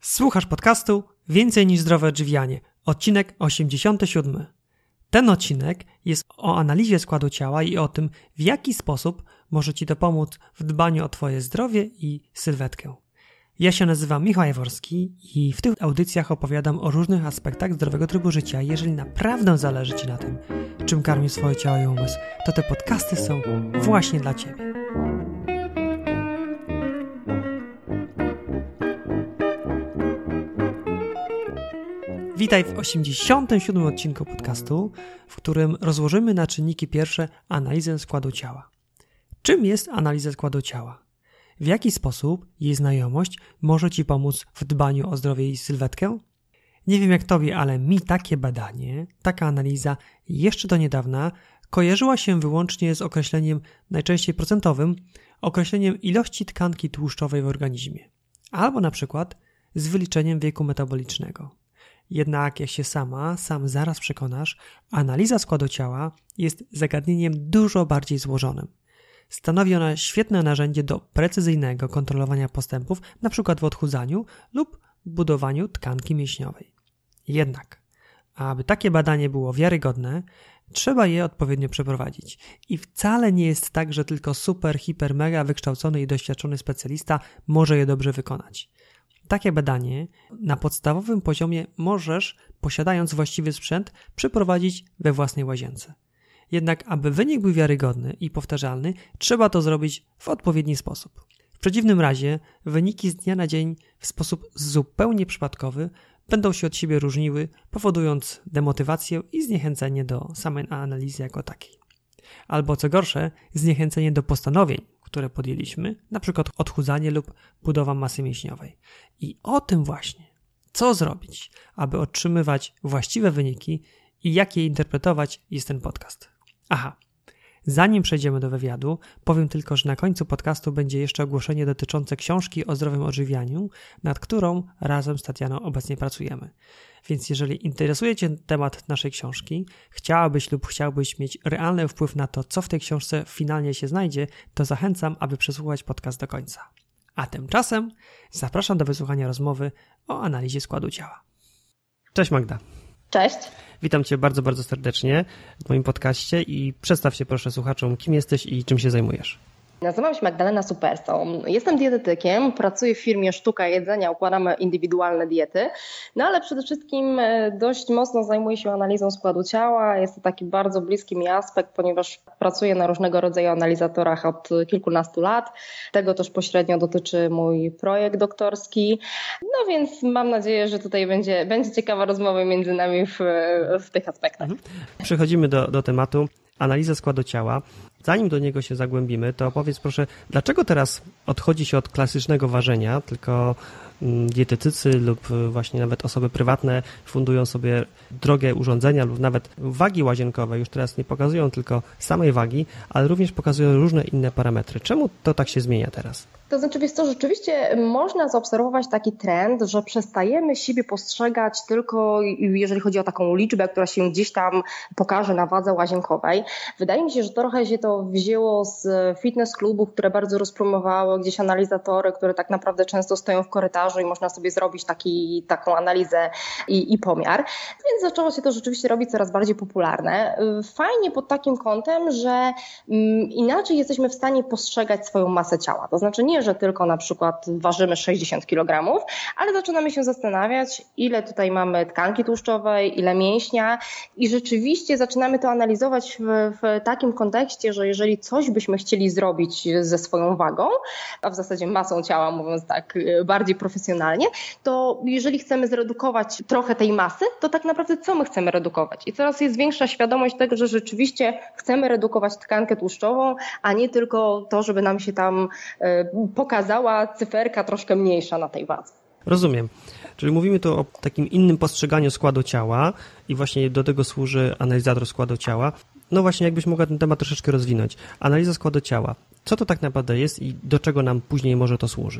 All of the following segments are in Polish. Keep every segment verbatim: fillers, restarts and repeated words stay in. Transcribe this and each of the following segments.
Słuchasz podcastu Więcej niż zdrowe odżywianie, odcinek osiemdziesiąty siódmy. Ten odcinek jest o analizie składu ciała i o tym, w jaki sposób może Ci to pomóc w dbaniu o Twoje zdrowie i sylwetkę. Ja się nazywam Michał Jaworski i w tych audycjach opowiadam o różnych aspektach zdrowego trybu życia. Jeżeli naprawdę zależy Ci na tym, czym karmi swoje ciało i umysł, to te podcasty są właśnie dla Ciebie. Witaj w osiemdziesiątym siódmym odcinku podcastu, w którym rozłożymy na czynniki pierwsze analizę składu ciała. Czym jest analiza składu ciała? W jaki sposób jej znajomość może Ci pomóc w dbaniu o zdrowie i sylwetkę? Nie wiem jak Tobie, ale mi takie badanie, taka analiza jeszcze do niedawna kojarzyła się wyłącznie z określeniem najczęściej procentowym, określeniem ilości tkanki tłuszczowej w organizmie, albo na przykład z wyliczeniem wieku metabolicznego. Jednak jak się sama, sam zaraz przekonasz, analiza składu ciała jest zagadnieniem dużo bardziej złożonym. Stanowi ona świetne narzędzie do precyzyjnego kontrolowania postępów, np. w odchudzaniu lub budowaniu tkanki mięśniowej. Jednak, aby takie badanie było wiarygodne, trzeba je odpowiednio przeprowadzić. I wcale nie jest tak, że tylko super, hiper, mega wykształcony i doświadczony specjalista może je dobrze wykonać. Takie badanie na podstawowym poziomie możesz, posiadając właściwy sprzęt, przeprowadzić we własnej łazience. Jednak aby wynik był wiarygodny i powtarzalny, trzeba to zrobić w odpowiedni sposób. W przeciwnym razie wyniki z dnia na dzień w sposób zupełnie przypadkowy będą się od siebie różniły, powodując demotywację i zniechęcenie do samej analizy jako takiej. Albo co gorsze, zniechęcenie do postanowień, które podjęliśmy, na przykład odchudzanie lub budowa masy mięśniowej. I o tym właśnie, co zrobić, aby otrzymywać właściwe wyniki i jak je interpretować, jest ten podcast. Aha, zanim przejdziemy do wywiadu, powiem tylko, że na końcu podcastu będzie jeszcze ogłoszenie dotyczące książki o zdrowym odżywianiu, nad którą razem z Tatianą obecnie pracujemy. Więc jeżeli interesuje Cię temat naszej książki, chciałabyś lub chciałbyś mieć realny wpływ na to, co w tej książce finalnie się znajdzie, to zachęcam, aby przesłuchać podcast do końca. A tymczasem zapraszam do wysłuchania rozmowy o analizie składu ciała. Cześć Magda. Cześć. Witam Cię bardzo, bardzo serdecznie w moim podcaście i przedstaw się proszę słuchaczom, kim jesteś i czym się zajmujesz. Nazywam się Magdalena Superson. Jestem dietetykiem, pracuję w firmie Sztuka Jedzenia, układamy indywidualne diety, no ale przede wszystkim dość mocno zajmuję się analizą składu ciała. Jest to taki bardzo bliski mi aspekt, ponieważ pracuję na różnego rodzaju analizatorach od kilkunastu lat. Tego też pośrednio dotyczy mój projekt doktorski. No więc mam nadzieję, że tutaj będzie, będzie ciekawa rozmowa między nami w, w tych aspektach. Mhm. Przechodzimy do, do tematu. Analiza składu ciała. Zanim do niego się zagłębimy, to opowiedz proszę, dlaczego teraz odchodzi się od klasycznego ważenia, tylko dietetycy lub właśnie nawet osoby prywatne fundują sobie drogie urządzenia lub nawet wagi łazienkowe, już teraz nie pokazują tylko samej wagi, ale również pokazują różne inne parametry. Czemu to tak się zmienia teraz? To znaczy, wiesz co, rzeczywiście można zaobserwować taki trend, że przestajemy siebie postrzegać tylko, jeżeli chodzi o taką liczbę, która się gdzieś tam pokaże na wadze łazienkowej. Wydaje mi się, że trochę się to wzięło z fitness klubów, które bardzo rozpromowały gdzieś analizatory, które tak naprawdę często stoją w korytarzu i można sobie zrobić taki, taką analizę i, i pomiar. Więc zaczęło się to rzeczywiście robić coraz bardziej popularne. Fajnie pod takim kątem, że inaczej jesteśmy w stanie postrzegać swoją masę ciała. To znaczy nie, że tylko na przykład ważymy sześćdziesiąt kilogramów, ale zaczynamy się zastanawiać, ile tutaj mamy tkanki tłuszczowej, ile mięśnia i rzeczywiście zaczynamy to analizować w, w takim kontekście, że jeżeli coś byśmy chcieli zrobić ze swoją wagą, a w zasadzie masą ciała, mówiąc tak bardziej profesjonalnie, to jeżeli chcemy zredukować trochę tej masy, to tak naprawdę co my chcemy redukować? I coraz jest większa świadomość tego, że rzeczywiście chcemy redukować tkankę tłuszczową, a nie tylko to, żeby nam się tam pokazała cyferka troszkę mniejsza na tej wadze. Rozumiem. Czyli mówimy tu o takim innym postrzeganiu składu ciała i właśnie do tego służy analizator składu ciała. No właśnie, jakbyś mogła ten temat troszeczkę rozwinąć. Analiza składu ciała. Co to tak naprawdę jest i do czego nam później może to służyć?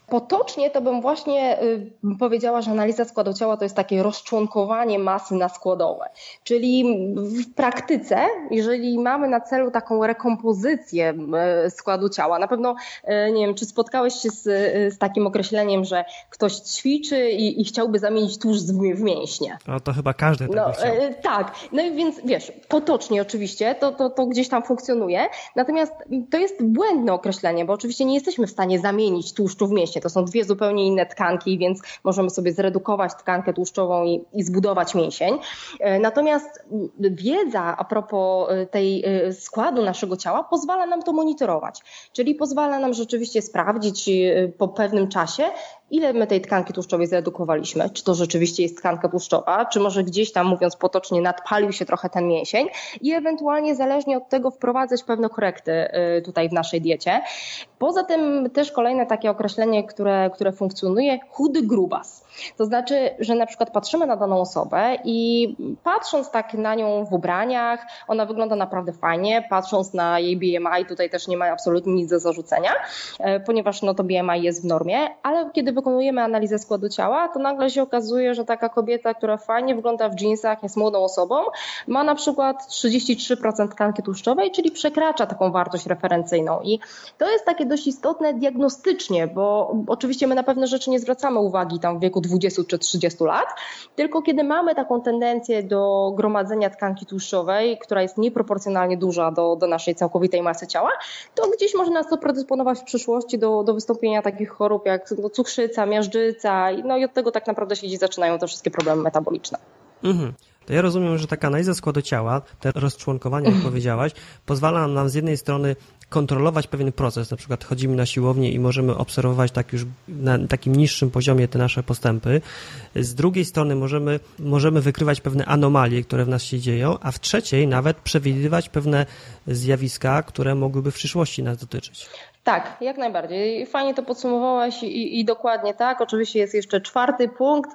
Potocznie to bym właśnie y, powiedziała, że analiza składu ciała to jest takie rozczłonkowanie masy na składowe. Czyli w praktyce, jeżeli mamy na celu taką rekompozycję y, składu ciała, na pewno y, nie wiem, czy spotkałeś się z, y, z takim określeniem, że ktoś ćwiczy i, i chciałby zamienić tłuszcz w mięśnie. No to chyba każdy tak no, by chciał. Y, tak, no i więc wiesz, potocznie oczywiście to, to, to gdzieś tam funkcjonuje, natomiast to jest błędne określenie, bo oczywiście nie jesteśmy w stanie zamienić tłuszczu w mięśnie. To są dwie zupełnie inne tkanki, więc możemy sobie zredukować tkankę tłuszczową i, i zbudować mięsień. Natomiast wiedza a propos tej składu naszego ciała pozwala nam to monitorować, czyli pozwala nam rzeczywiście sprawdzić po pewnym czasie, ile my tej tkanki tłuszczowej zredukowaliśmy, czy to rzeczywiście jest tkanka tłuszczowa, czy może gdzieś tam, mówiąc potocznie, nadpalił się trochę ten mięsień i ewentualnie zależnie od tego wprowadzać pewne korekty tutaj w naszej diecie. Poza tym też kolejne takie określenie, które, które funkcjonuje, chudy grubas. To znaczy, że na przykład patrzymy na daną osobę i patrząc tak na nią w ubraniach, ona wygląda naprawdę fajnie, patrząc na jej B M I, tutaj też nie ma absolutnie nic do zarzucenia, ponieważ no to B M I jest w normie, ale kiedy wykonujemy analizę składu ciała, to nagle się okazuje, że taka kobieta, która fajnie wygląda w dżinsach, jest młodą osobą, ma na przykład trzydzieści trzy procent tkanki tłuszczowej, czyli przekracza taką wartość referencyjną. I to jest takie dość istotne diagnostycznie, bo oczywiście my na pewne rzeczy nie zwracamy uwagi tam w wieku dwudziestu czy trzydziestu lat, tylko kiedy mamy taką tendencję do gromadzenia tkanki tłuszczowej, która jest nieproporcjonalnie duża do, do naszej całkowitej masy ciała, to gdzieś może nas to predysponować w przyszłości do, do wystąpienia takich chorób jak no, cukrzyca, miażdżyca, no i od tego tak naprawdę się dziś zaczynają te wszystkie problemy metaboliczne. Mhm. To ja rozumiem, że taka analiza składu ciała, te rozczłonkowania, jak powiedziałaś, pozwala nam z jednej strony kontrolować pewien proces, na przykład chodzimy na siłownię i możemy obserwować tak już na takim niższym poziomie te nasze postępy. Z drugiej strony możemy, możemy wykrywać pewne anomalie, które w nas się dzieją, a w trzeciej nawet przewidywać pewne zjawiska, które mogłyby w przyszłości nas dotyczyć. Tak, jak najbardziej. Fajnie to podsumowałaś i, i dokładnie tak. Oczywiście jest jeszcze czwarty punkt.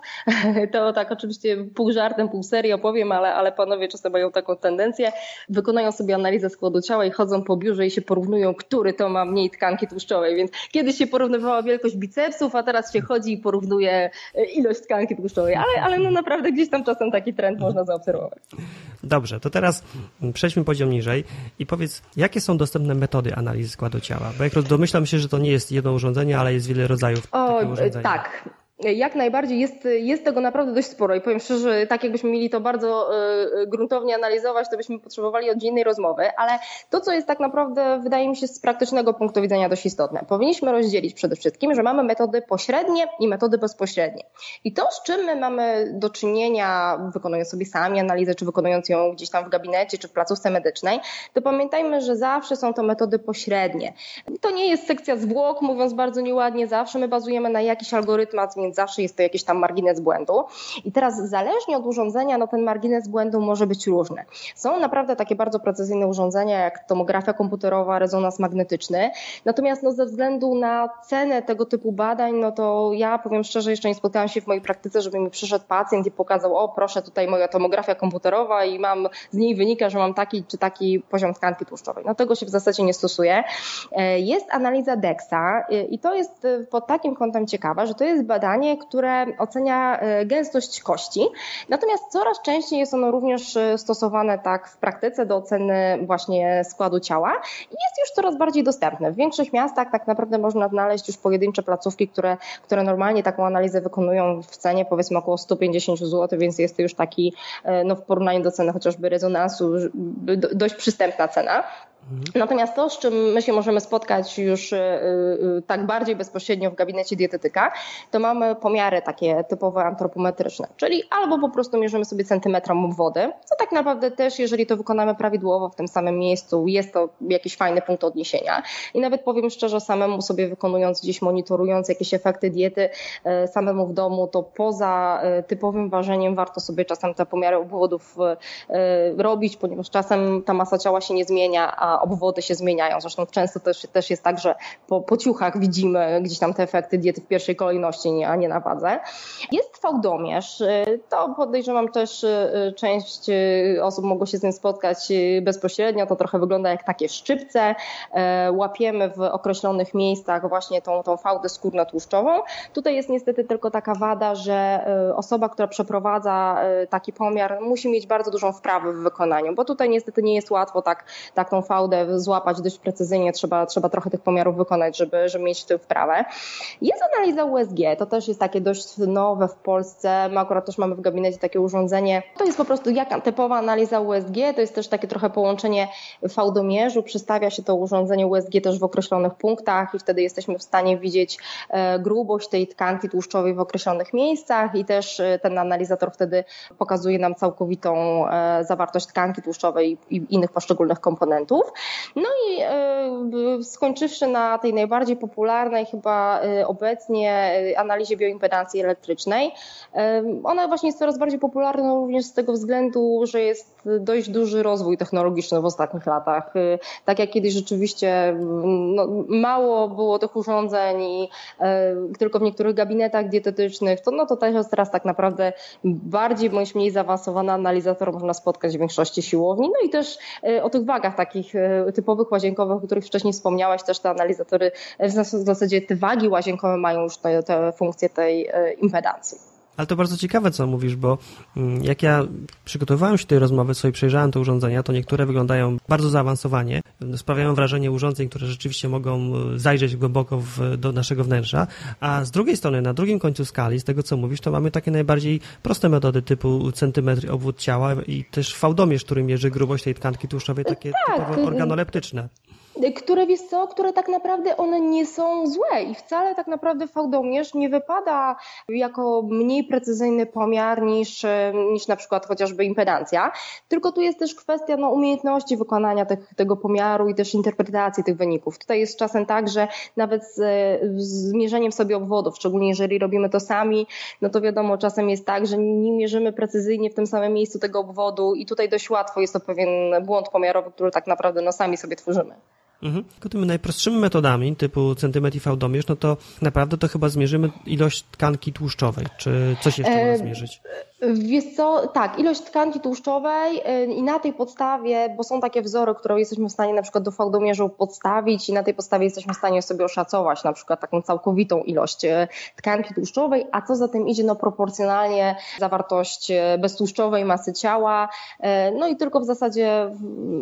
To tak oczywiście pół żartem, pół serii opowiem, ale, ale panowie czasem mają taką tendencję. Wykonają sobie analizę składu ciała i chodzą po biurze i się porównują, który to ma mniej tkanki tłuszczowej. Więc kiedyś się porównywała wielkość bicepsów, a teraz się chodzi i porównuje ilość tkanki tłuszczowej. Ale, ale no naprawdę gdzieś tam czasem taki trend można zaobserwować. Dobrze, to teraz przejdźmy poziom niżej i powiedz, jakie są dostępne metody analizy składu ciała? Bo jak domyślam się, że to nie jest jedno urządzenie, ale jest wiele rodzajów o, takiego urządzenia. Tak. Jak najbardziej jest, jest tego naprawdę dość sporo i powiem szczerze, tak jakbyśmy mieli to bardzo y, gruntownie analizować, to byśmy potrzebowali oddzielnej rozmowy, ale to, co jest tak naprawdę, wydaje mi się, z praktycznego punktu widzenia dość istotne. Powinniśmy rozdzielić przede wszystkim, że mamy metody pośrednie i metody bezpośrednie. I to, z czym my mamy do czynienia, wykonując sobie sami analizę, czy wykonując ją gdzieś tam w gabinecie, czy w placówce medycznej, to pamiętajmy, że zawsze są to metody pośrednie. To nie jest sekcja zwłok, mówiąc bardzo nieładnie, zawsze my bazujemy na jakichś algorytmach, więc zawsze jest to jakiś tam margines błędu. I teraz zależnie od urządzenia, no ten margines błędu może być różny. Są naprawdę takie bardzo precyzyjne urządzenia jak tomografia komputerowa, rezonans magnetyczny. Natomiast no ze względu na cenę tego typu badań, no to ja powiem szczerze, jeszcze nie spotkałam się w mojej praktyce, żeby mi przyszedł pacjent i pokazał, o proszę, tutaj moja tomografia komputerowa i mam, z niej wynika, że mam taki czy taki poziom tkanki tłuszczowej. No tego się w zasadzie nie stosuje. Jest analiza DEXA i to jest pod takim kątem ciekawe, że to jest badanie, które ocenia gęstość kości. Natomiast coraz częściej jest ono również stosowane tak w praktyce do oceny właśnie składu ciała i jest już coraz bardziej dostępne. W większych miastach tak naprawdę można znaleźć już pojedyncze placówki, które, które normalnie taką analizę wykonują w cenie powiedzmy około sto pięćdziesiąt złotych, więc jest to już taki no, w porównaniu do ceny chociażby rezonansu dość przystępna cena. Natomiast to, z czym my się możemy spotkać już tak bardziej bezpośrednio w gabinecie dietetyka, to mamy pomiary takie typowe antropometryczne, czyli albo po prostu mierzymy sobie centymetrem obwody, co tak naprawdę też, jeżeli to wykonamy prawidłowo w tym samym miejscu, jest to jakiś fajny punkt odniesienia. I nawet powiem szczerze, samemu sobie wykonując gdzieś, monitorując jakieś efekty diety samemu w domu, to poza typowym ważeniem warto sobie czasem te pomiary obwodów robić, ponieważ czasem ta masa ciała się nie zmienia, a obwody się zmieniają. Zresztą często też, też jest tak, że po, po ciuchach widzimy gdzieś tam te efekty diety w pierwszej kolejności, nie, a nie na wadze. Jest fałdomierz. To podejrzewam też część osób mogło się z tym spotkać bezpośrednio. To trochę wygląda jak takie szczypce. Łapiemy w określonych miejscach właśnie tą, tą fałdę skórno-tłuszczową. Tutaj jest niestety tylko taka wada, że osoba, która przeprowadza taki pomiar, musi mieć bardzo dużą wprawę w wykonaniu, bo tutaj niestety nie jest łatwo tak, tak tą fałdę złapać dość precyzyjnie. Trzeba, trzeba trochę tych pomiarów wykonać, żeby, żeby mieć w tym wprawę. Jest analiza U S G. To też jest takie dość nowe w Polsce. My akurat też mamy w gabinecie takie urządzenie. To jest po prostu jak typowa analiza U S G. To jest też takie trochę połączenie fałdomierzu. Przystawia się to urządzenie U S G też w określonych punktach i wtedy jesteśmy w stanie widzieć grubość tej tkanki tłuszczowej w określonych miejscach i też ten analizator wtedy pokazuje nam całkowitą zawartość tkanki tłuszczowej i innych poszczególnych komponentów. No i skończywszy na tej najbardziej popularnej chyba obecnie analizie bioimpedancji elektrycznej. Ona właśnie jest coraz bardziej popularna również z tego względu, że jest dość duży rozwój technologiczny w ostatnich latach. Tak jak kiedyś rzeczywiście no, mało było tych urządzeń i tylko w niektórych gabinetach dietetycznych, to, no to teraz tak naprawdę bardziej bądź mniej zaawansowany analizator można spotkać w większości siłowni. No i też o tych wagach takich typowych łazienkowych, o których wcześniej wspomniałaś, też te analizatory, w zasadzie te wagi łazienkowe mają już te, te funkcje tej impedancji. Ale to bardzo ciekawe, co mówisz, bo jak ja przygotowywałem się do tej rozmowy, sobie przejrzałem te urządzenia, to niektóre wyglądają bardzo zaawansowanie, sprawiają wrażenie urządzeń, które rzeczywiście mogą zajrzeć głęboko w, do naszego wnętrza, a z drugiej strony, na drugim końcu skali, z tego co mówisz, to mamy takie najbardziej proste metody typu centymetr obwód ciała i też fałdomierz, który mierzy grubość tej tkanki tłuszczowej, takie tak, typowo organoleptyczne. Które, wiesz co, które tak naprawdę one nie są złe i wcale tak naprawdę fałdomierz nie wypada jako mniej precyzyjny pomiar niż, niż na przykład chociażby impedancja, tylko tu jest też kwestia no, umiejętności wykonania tych, tego pomiaru i też interpretacji tych wyników. Tutaj jest czasem tak, że nawet z, z mierzeniem sobie obwodów, szczególnie jeżeli robimy to sami, no to wiadomo, czasem jest tak, że nie mierzymy precyzyjnie w tym samym miejscu tego obwodu i tutaj dość łatwo jest to pewien błąd pomiarowy, który tak naprawdę no, sami sobie tworzymy. Mhm. Tylko tymi najprostszymi metodami typu centymetr i fałdomierz, no to naprawdę to chyba zmierzymy ilość tkanki tłuszczowej. Czy coś jeszcze można zmierzyć? Wiesz co, tak, ilość tkanki tłuszczowej i na tej podstawie, bo są takie wzory, które jesteśmy w stanie na przykład do fałdomierzu podstawić i na tej podstawie jesteśmy w stanie sobie oszacować na przykład taką całkowitą ilość tkanki tłuszczowej, a co za tym idzie, no proporcjonalnie zawartość beztłuszczowej masy ciała, no i tylko w zasadzie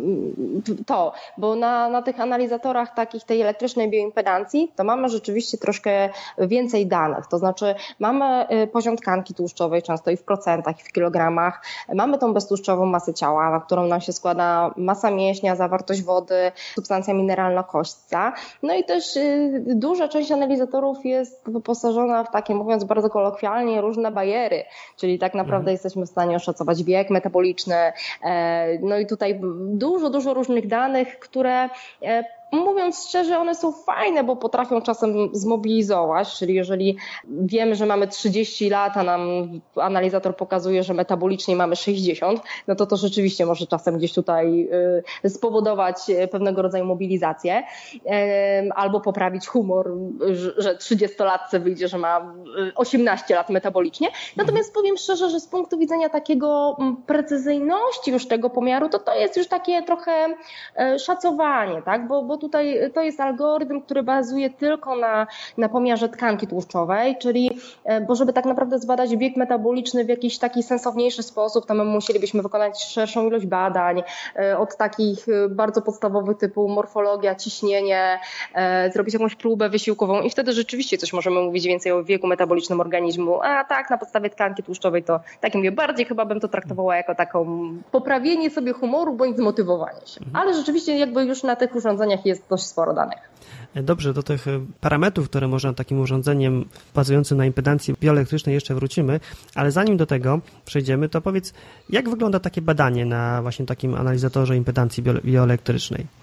to, bo na, na tych analizatorach takich tej elektrycznej bioimpedancji, to mamy rzeczywiście troszkę więcej danych, to znaczy mamy poziom tkanki tłuszczowej często i w procentach, i w kilogramach, mamy tą beztłuszczową masę ciała, na którą nam się składa masa mięśnia, zawartość wody, substancja mineralno-kośćca, no i też duża część analizatorów jest wyposażona w takie, mówiąc bardzo kolokwialnie, różne bariery, czyli tak naprawdę mhm. jesteśmy w stanie oszacować wiek metaboliczny, no i tutaj dużo, dużo różnych danych, które mówiąc szczerze, one są fajne, bo potrafią czasem zmobilizować, czyli jeżeli wiemy, że mamy trzydzieści lat, a nam analizator pokazuje, że metabolicznie mamy sześćdziesiąt, no to to rzeczywiście może czasem gdzieś tutaj spowodować pewnego rodzaju mobilizację albo poprawić humor, że trzydziestolatce wyjdzie, że ma osiemnaście lat metabolicznie. Natomiast powiem szczerze, że z punktu widzenia takiego precyzyjności już tego pomiaru, to to jest już takie trochę szacowanie, tak? Bo, bo tutaj to jest algorytm, który bazuje tylko na, na pomiarze tkanki tłuszczowej, czyli, bo żeby tak naprawdę zbadać bieg metaboliczny w jakiś taki sensowniejszy sposób, to my musielibyśmy wykonać szerszą ilość badań, od takich bardzo podstawowych typu morfologia, ciśnienie, zrobić jakąś próbę wysiłkową i wtedy rzeczywiście coś możemy mówić więcej o wieku metabolicznym organizmu, a tak na podstawie tkanki tłuszczowej to, tak mówię, bardziej chyba bym to traktowała jako taką poprawienie sobie humoru bądź zmotywowanie się. Ale rzeczywiście jakby już na tych urządzeniach jest dość sporo danych. Dobrze, do tych parametrów, które można takim urządzeniem bazującym na impedancji bioelektrycznej jeszcze wrócimy, ale zanim do tego przejdziemy, to powiedz, jak wygląda takie badanie na właśnie takim analizatorze impedancji bioelektrycznej?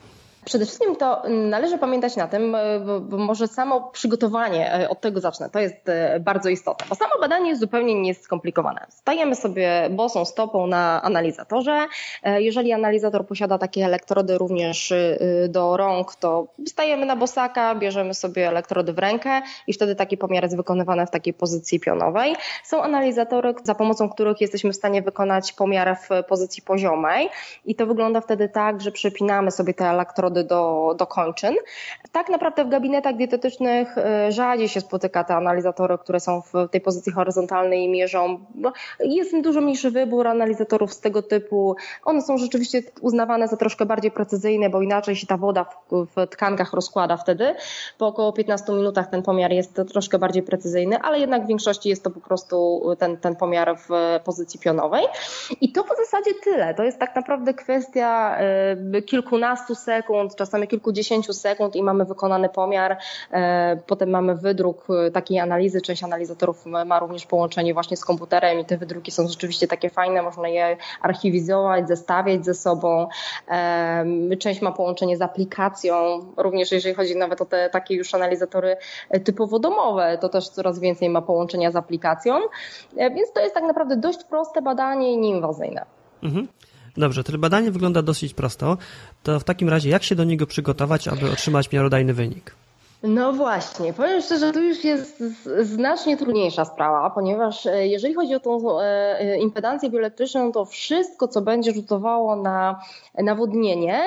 Przede wszystkim to należy pamiętać na tym, bo, bo może samo przygotowanie, od tego zacznę, to jest bardzo istotne, bo samo badanie jest zupełnie nieskomplikowane. Stajemy sobie bosą stopą na analizatorze. Jeżeli analizator posiada takie elektrody również do rąk, to stajemy na bosaka, bierzemy sobie elektrody w rękę i wtedy taki pomiar jest wykonywany w takiej pozycji pionowej. Są analizatory, za pomocą których jesteśmy w stanie wykonać pomiar w pozycji poziomej i to wygląda wtedy tak, że przypinamy sobie te elektrody do, do kończyn. Tak naprawdę w gabinetach dietetycznych rzadziej się spotyka te analizatory, które są w tej pozycji horyzontalnej i mierzą. Jest dużo mniejszy wybór analizatorów z tego typu. One są rzeczywiście uznawane za troszkę bardziej precyzyjne, bo inaczej się ta woda w, w tkankach rozkłada wtedy. Po około piętnastu minutach ten pomiar jest troszkę bardziej precyzyjny, ale jednak w większości jest to po prostu ten, ten pomiar w pozycji pionowej. I to w zasadzie tyle. To jest tak naprawdę kwestia kilkunastu sekund, czasami kilkudziesięciu sekund i mamy wykonany pomiar. Potem mamy wydruk takiej analizy. Część analizatorów ma również połączenie właśnie z komputerem i te wydruki są rzeczywiście takie fajne. Można je archiwizować, zestawiać ze sobą. Część ma połączenie z aplikacją. Również jeżeli chodzi nawet o te takie już analizatory typowo domowe, to też coraz więcej ma połączenia z aplikacją. Więc to jest tak naprawdę dość proste badanie i nieinwazyjne. Mhm. Dobrze, to badanie wygląda dosyć prosto. To w takim razie jak się do niego przygotować, aby otrzymać miarodajny wynik? No właśnie, powiem szczerze, to już jest znacznie trudniejsza sprawa, ponieważ jeżeli chodzi o tą impedancję bioelektryczną, to wszystko, co będzie rzutowało na nawodnienie,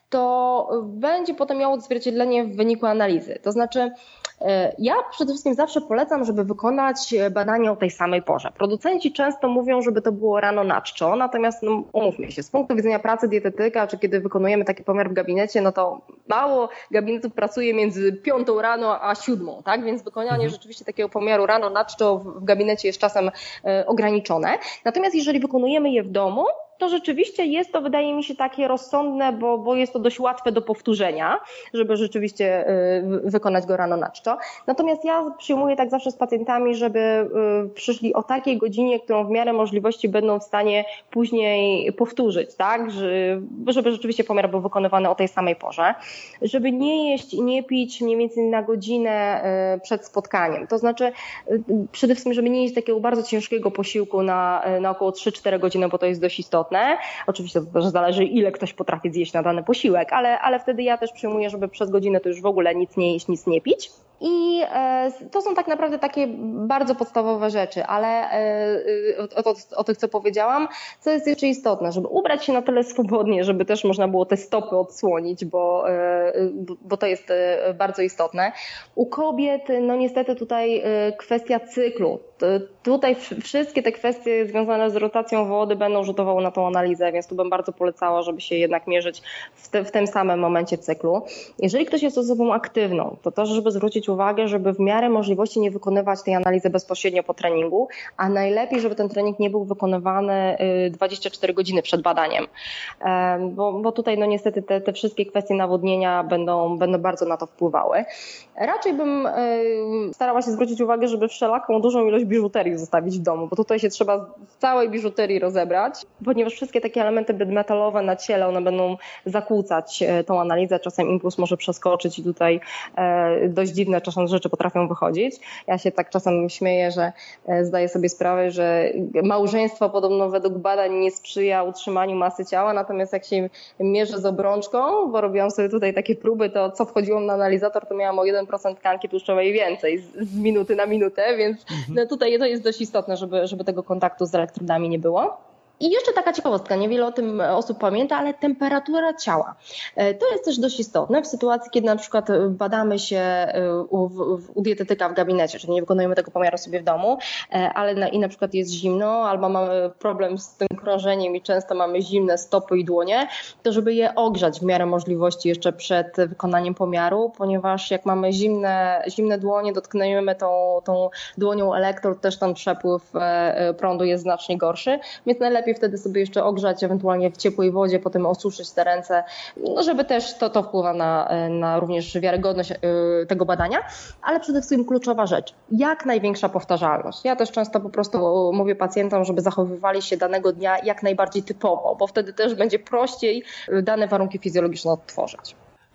to będzie potem miało odzwierciedlenie w wyniku analizy. To znaczy, ja przede wszystkim zawsze polecam, żeby wykonać badanie o tej samej porze. Producenci często mówią, żeby to było rano na czczo, natomiast no, umówmy się, z punktu widzenia pracy dietetyka, czy kiedy wykonujemy taki pomiar w gabinecie, no to mało gabinetów pracuje między piątą rano a siódmą, tak? Więc wykonanie mhm. rzeczywiście takiego pomiaru rano na czczo w gabinecie jest czasem e, ograniczone. Natomiast jeżeli wykonujemy je w domu, to rzeczywiście jest to, wydaje mi się, takie rozsądne, bo, bo jest to dość łatwe do powtórzenia, żeby rzeczywiście wykonać go rano na czczo. Natomiast ja przyjmuję tak zawsze z pacjentami, żeby przyszli o takiej godzinie, którą w miarę możliwości będą w stanie później powtórzyć, tak? Żeby rzeczywiście pomiar był wykonywany o tej samej porze. Żeby nie jeść i nie pić mniej więcej na godzinę przed spotkaniem. To znaczy przede wszystkim, żeby nie jeść takiego bardzo ciężkiego posiłku na, na około trzy cztery godziny, bo to jest dość istotne. Oczywiście to też zależy, ile ktoś potrafi zjeść na dany posiłek, ale, ale wtedy ja też przyjmuję, żeby przez godzinę to już w ogóle nic nie jeść, nic nie pić. I to są tak naprawdę takie bardzo podstawowe rzeczy, ale o, o, o tych, co powiedziałam, co jest jeszcze istotne, żeby ubrać się na tyle swobodnie, żeby też można było te stopy odsłonić, bo, bo to jest bardzo istotne. U kobiet, no niestety tutaj kwestia cyklu. Tutaj wszystkie te kwestie związane z rotacją wody będą rzutowały na tą analizę, więc tu bym bardzo polecała, żeby się jednak mierzyć w, te, w tym samym momencie cyklu. Jeżeli ktoś jest osobą aktywną, to też, żeby zwrócić uwagę, żeby w miarę możliwości nie wykonywać tej analizy bezpośrednio po treningu, a najlepiej, żeby ten trening nie był wykonywany dwadzieścia cztery godziny przed badaniem, bo, bo tutaj no niestety te, te wszystkie kwestie nawodnienia będą, będą bardzo na to wpływały. Raczej bym starała się zwrócić uwagę, żeby wszelaką dużą ilość biżuterii zostawić w domu, bo tutaj się trzeba w całej biżuterii rozebrać, ponieważ wszystkie takie elementy metalowe na ciele, one będą zakłócać tą analizę, czasem impuls może przeskoczyć i tutaj dość dziwne czasem rzeczy potrafią wychodzić. Ja się tak czasem śmieję, że zdaję sobie sprawę, że małżeństwo podobno według badań nie sprzyja utrzymaniu masy ciała, natomiast jak się mierzę z obrączką, bo robiłam sobie tutaj takie próby, to co wchodziło na analizator, to miałam o jeden procent tkanki tłuszczowej więcej z, z minuty na minutę, więc no tutaj to jest dość istotne, żeby, żeby tego kontaktu z elektrodami nie było. I jeszcze taka ciekawostka, niewiele o tym osób pamięta, ale temperatura ciała. To jest też dość istotne w sytuacji, kiedy na przykład badamy się u, u dietetyka w gabinecie, czyli nie wykonujemy tego pomiaru sobie w domu, ale na, i na przykład jest zimno albo mamy problem z tym krążeniem i często mamy zimne stopy i dłonie, to żeby je ogrzać w miarę możliwości jeszcze przed wykonaniem pomiaru, ponieważ jak mamy zimne, zimne dłonie, dotkniemy tą, tą dłonią elektrod, też ten przepływ prądu jest znacznie gorszy, więc najlepiej wtedy sobie jeszcze ogrzać, ewentualnie w ciepłej wodzie, potem osuszyć te ręce, no żeby też to, to wpływa na, na również wiarygodność tego badania, ale przede wszystkim kluczowa rzecz, jak największa powtarzalność. Ja też często po prostu mówię pacjentom, żeby zachowywali się danego dnia jak najbardziej typowo, bo wtedy też będzie prościej dane warunki fizjologiczne odtworzyć.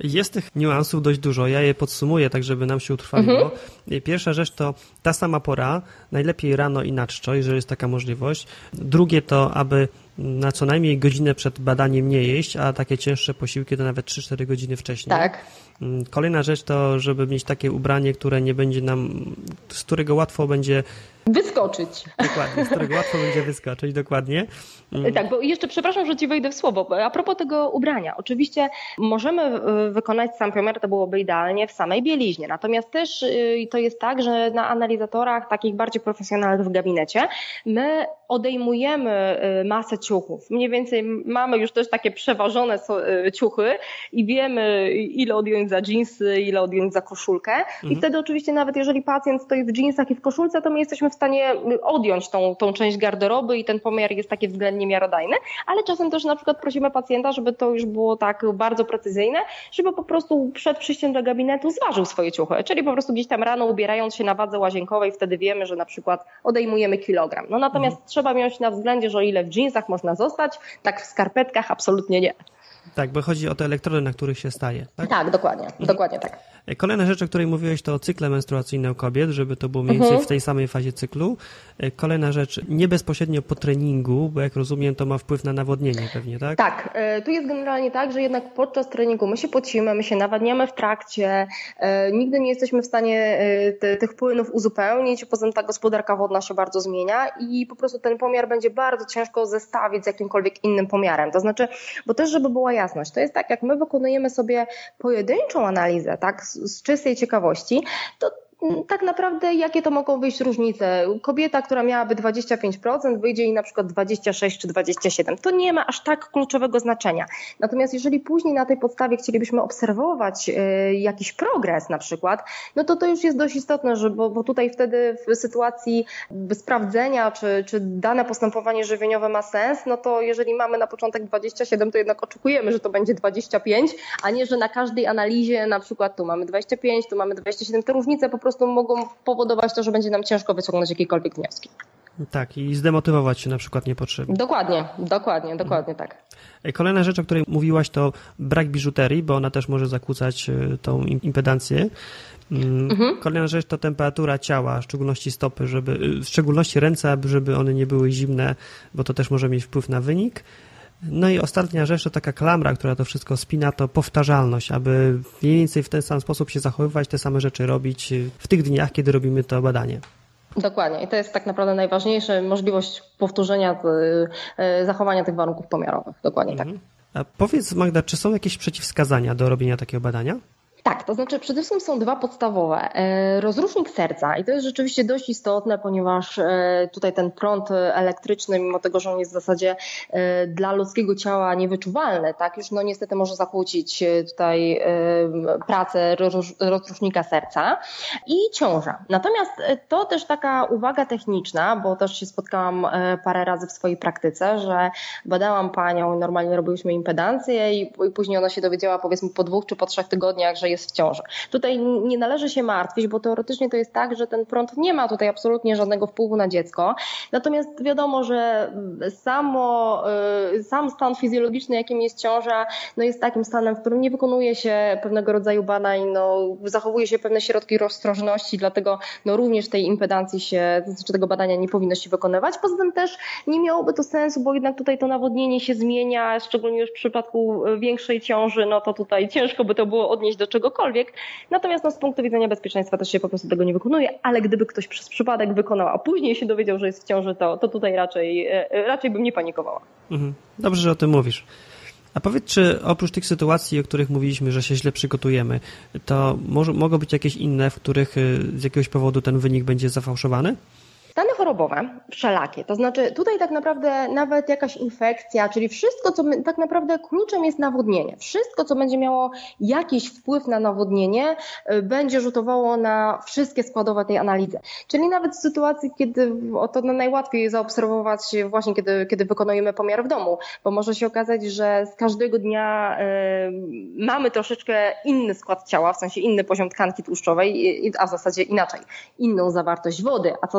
Jest tych niuansów dość dużo. Ja je podsumuję, tak żeby nam się utrwaliło. Mhm. Pierwsza rzecz to ta sama pora, najlepiej rano i na czczo, jeżeli jest taka możliwość. Drugie to, aby na co najmniej godzinę przed badaniem nie jeść, a takie cięższe posiłki to nawet trzy cztery godziny wcześniej. Tak. Kolejna rzecz to, żeby mieć takie ubranie, które nie będzie nam, z którego łatwo będzie wyskoczyć. Dokładnie, z którego łatwo będzie wyskoczyć, dokładnie. Tak, bo jeszcze przepraszam, że ci wejdę w słowo. A propos tego ubrania, oczywiście możemy wykonać sam pomiar, to byłoby idealnie w samej bieliźnie. Natomiast też to jest tak, że na analizatorach takich bardziej profesjonalnych w gabinecie my odejmujemy masę ciuchów. Mniej więcej mamy już też takie przeważone ciuchy i wiemy, ile odjąć za dżinsy, ile odjąć za koszulkę. Mhm. I wtedy oczywiście nawet jeżeli pacjent stoi w dżinsach i w koszulce, to my jesteśmy w stanie odjąć tą, tą część garderoby i ten pomiar jest taki względnie miarodajny, ale czasem też na przykład prosimy pacjenta, żeby to już było tak bardzo precyzyjne, żeby po prostu przed przyjściem do gabinetu zważył swoje ciuchy, czyli po prostu gdzieś tam rano ubierając się na wadze łazienkowej, wtedy wiemy, że na przykład odejmujemy kilogram. No natomiast mhm. trzeba mieć na względzie, że o ile w dżinsach można zostać, tak w skarpetkach absolutnie nie. Tak, bo chodzi o te elektrody, na których się staje. Tak, tak dokładnie, mhm. dokładnie tak. Kolejna rzecz, o której mówiłeś, to cykle menstruacyjne u kobiet, żeby to było mniej więcej mhm. w tej samej fazie cyklu. Kolejna rzecz, nie bezpośrednio po treningu, bo jak rozumiem, to ma wpływ na nawodnienie pewnie, tak? Tak, tu jest generalnie tak, że jednak podczas treningu my się pocimy, my się nawadniamy w trakcie, nigdy nie jesteśmy w stanie te, tych płynów uzupełnić, poza tym ta gospodarka wodna się bardzo zmienia i po prostu ten pomiar będzie bardzo ciężko zestawić z jakimkolwiek innym pomiarem. To znaczy, bo też żeby była jasność, to jest tak, jak my wykonujemy sobie pojedynczą analizę, tak, z czystej ciekawości, to tak naprawdę jakie to mogą być różnice? Kobieta, która miałaby dwadzieścia pięć procent, wyjdzie jej na przykład dwadzieścia sześć czy dwadzieścia siedem. To nie ma aż tak kluczowego znaczenia. Natomiast jeżeli później na tej podstawie chcielibyśmy obserwować y, jakiś progres na przykład, no to to już jest dość istotne, że, bo, bo tutaj wtedy w sytuacji sprawdzenia, czy, czy dane postępowanie żywieniowe ma sens, no to jeżeli mamy na początek dwadzieścia siedem, to jednak oczekujemy, że to będzie dwadzieścia pięć, a nie, że na każdej analizie na przykład tu mamy dwadzieścia pięć, tu mamy dwadzieścia siedem. Te różnice po prostu mogą powodować to, że będzie nam ciężko wyciągnąć jakiekolwiek wnioski. Tak, i zdemotywować się na przykład niepotrzebnie. Dokładnie, dokładnie, dokładnie tak. Kolejna rzecz, o której mówiłaś, to brak biżuterii, bo ona też może zakłócać tą impedancję. Mhm. Kolejna rzecz to temperatura ciała, w szczególności stopy, żeby, w szczególności ręce, żeby one nie były zimne, bo to też może mieć wpływ na wynik. No i ostatnia rzecz to taka klamra, która to wszystko spina, to powtarzalność, aby mniej więcej w ten sam sposób się zachowywać, te same rzeczy robić w tych dniach, kiedy robimy to badanie. Dokładnie i to jest tak naprawdę najważniejsze, możliwość powtórzenia, zachowania tych warunków pomiarowych. Dokładnie mhm. tak. A powiedz Magda, czy są jakieś przeciwwskazania do robienia takiego badania? Tak, to znaczy przede wszystkim są dwa podstawowe. Rozrusznik serca i to jest rzeczywiście dość istotne, ponieważ tutaj ten prąd elektryczny, mimo tego, że on jest w zasadzie dla ludzkiego ciała niewyczuwalny, tak, już no niestety może zakłócić tutaj pracę rozrusznika serca i ciąża. Natomiast to też taka uwaga techniczna, bo też się spotkałam parę razy w swojej praktyce, że badałam panią, normalnie robiłyśmy impedancję i później ona się dowiedziała powiedzmy po dwóch czy po trzech tygodniach, że jest w ciąży. Tutaj nie należy się martwić, bo teoretycznie to jest tak, że ten prąd nie ma tutaj absolutnie żadnego wpływu na dziecko. Natomiast wiadomo, że samo, sam stan fizjologiczny, jakim jest ciąża, no jest takim stanem, w którym nie wykonuje się pewnego rodzaju badań, no zachowuje się pewne środki rozstrożności, dlatego no również tej impedancji się, czy tego badania nie powinno się wykonywać. Poza tym też nie miałoby to sensu, bo jednak tutaj to nawodnienie się zmienia, szczególnie już w przypadku większej ciąży, no to tutaj ciężko by to było odnieść do czegokolwiek. Natomiast no, z punktu widzenia bezpieczeństwa też się po prostu tego nie wykonuje, ale gdyby ktoś przez przypadek wykonał, a później się dowiedział, że jest w ciąży, to, to tutaj raczej, raczej bym nie panikowała. Mhm. Dobrze, że o tym mówisz. A powiedz, czy oprócz tych sytuacji, o których mówiliśmy, że się źle przygotujemy, to może, mogą być jakieś inne, w których z jakiegoś powodu ten wynik będzie zafałszowany? Stany chorobowe, wszelakie, to znaczy tutaj tak naprawdę nawet jakaś infekcja, czyli wszystko, co my, tak naprawdę kluczem jest nawodnienie. Wszystko, co będzie miało jakiś wpływ na nawodnienie, będzie rzutowało na wszystkie składowe tej analizy. Czyli nawet w sytuacji, kiedy o to najłatwiej zaobserwować właśnie, kiedy, kiedy wykonujemy pomiar w domu, bo może się okazać, że z każdego dnia y, mamy troszeczkę inny skład ciała, w sensie inny poziom tkanki tłuszczowej, a w zasadzie inaczej, inną zawartość wody, a co za tym idzie,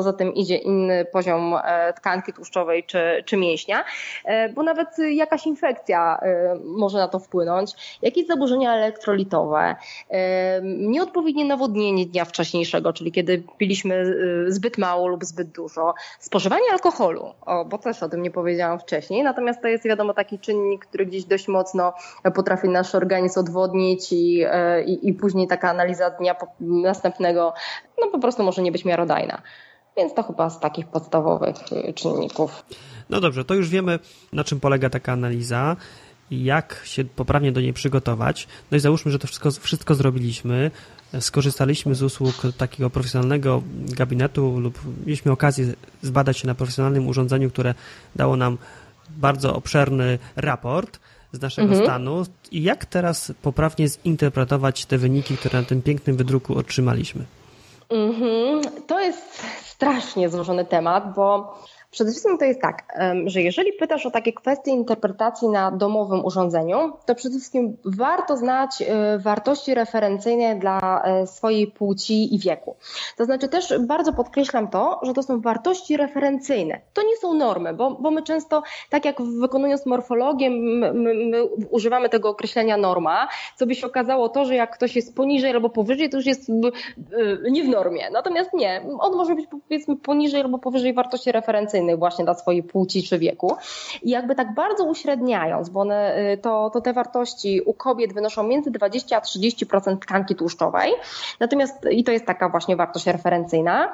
idzie inny poziom tkanki tłuszczowej czy, czy mięśnia, bo nawet jakaś infekcja może na to wpłynąć, jakieś zaburzenia elektrolitowe, nieodpowiednie nawodnienie dnia wcześniejszego, czyli kiedy piliśmy zbyt mało lub zbyt dużo, spożywanie alkoholu, o, bo też o tym nie powiedziałam wcześniej, natomiast to jest wiadomo taki czynnik, który gdzieś dość mocno potrafi nasz organizm odwodnić i, i, i później taka analiza dnia następnego no po prostu może nie być miarodajna. Więc to chyba z takich podstawowych czynników. No dobrze, to już wiemy, na czym polega taka analiza i jak się poprawnie do niej przygotować. No i załóżmy, że to wszystko, wszystko zrobiliśmy, skorzystaliśmy z usług takiego profesjonalnego gabinetu lub mieliśmy okazję zbadać się na profesjonalnym urządzeniu, które dało nam bardzo obszerny raport z naszego mhm. stanu. I jak teraz poprawnie zinterpretować te wyniki, które na tym pięknym wydruku otrzymaliśmy? Mhm. To jest strasznie złożony temat, bo przede wszystkim to jest tak, że jeżeli pytasz o takie kwestie interpretacji na domowym urządzeniu, to przede wszystkim warto znać wartości referencyjne dla swojej płci i wieku. To znaczy też bardzo podkreślam to, że to są wartości referencyjne. To nie są normy, bo, bo my często, tak jak wykonując morfologię, my, my, my używamy tego określenia norma, co by się okazało to, że jak ktoś jest poniżej albo powyżej, to już jest nie w normie. Natomiast nie, on może być powiedzmy poniżej albo powyżej wartości referencyjnej właśnie dla swojej płci czy wieku. I jakby tak bardzo uśredniając, bo one, to, to te wartości u kobiet wynoszą między dwadzieścia a trzydzieści procent tkanki tłuszczowej. Natomiast i to jest taka właśnie wartość referencyjna.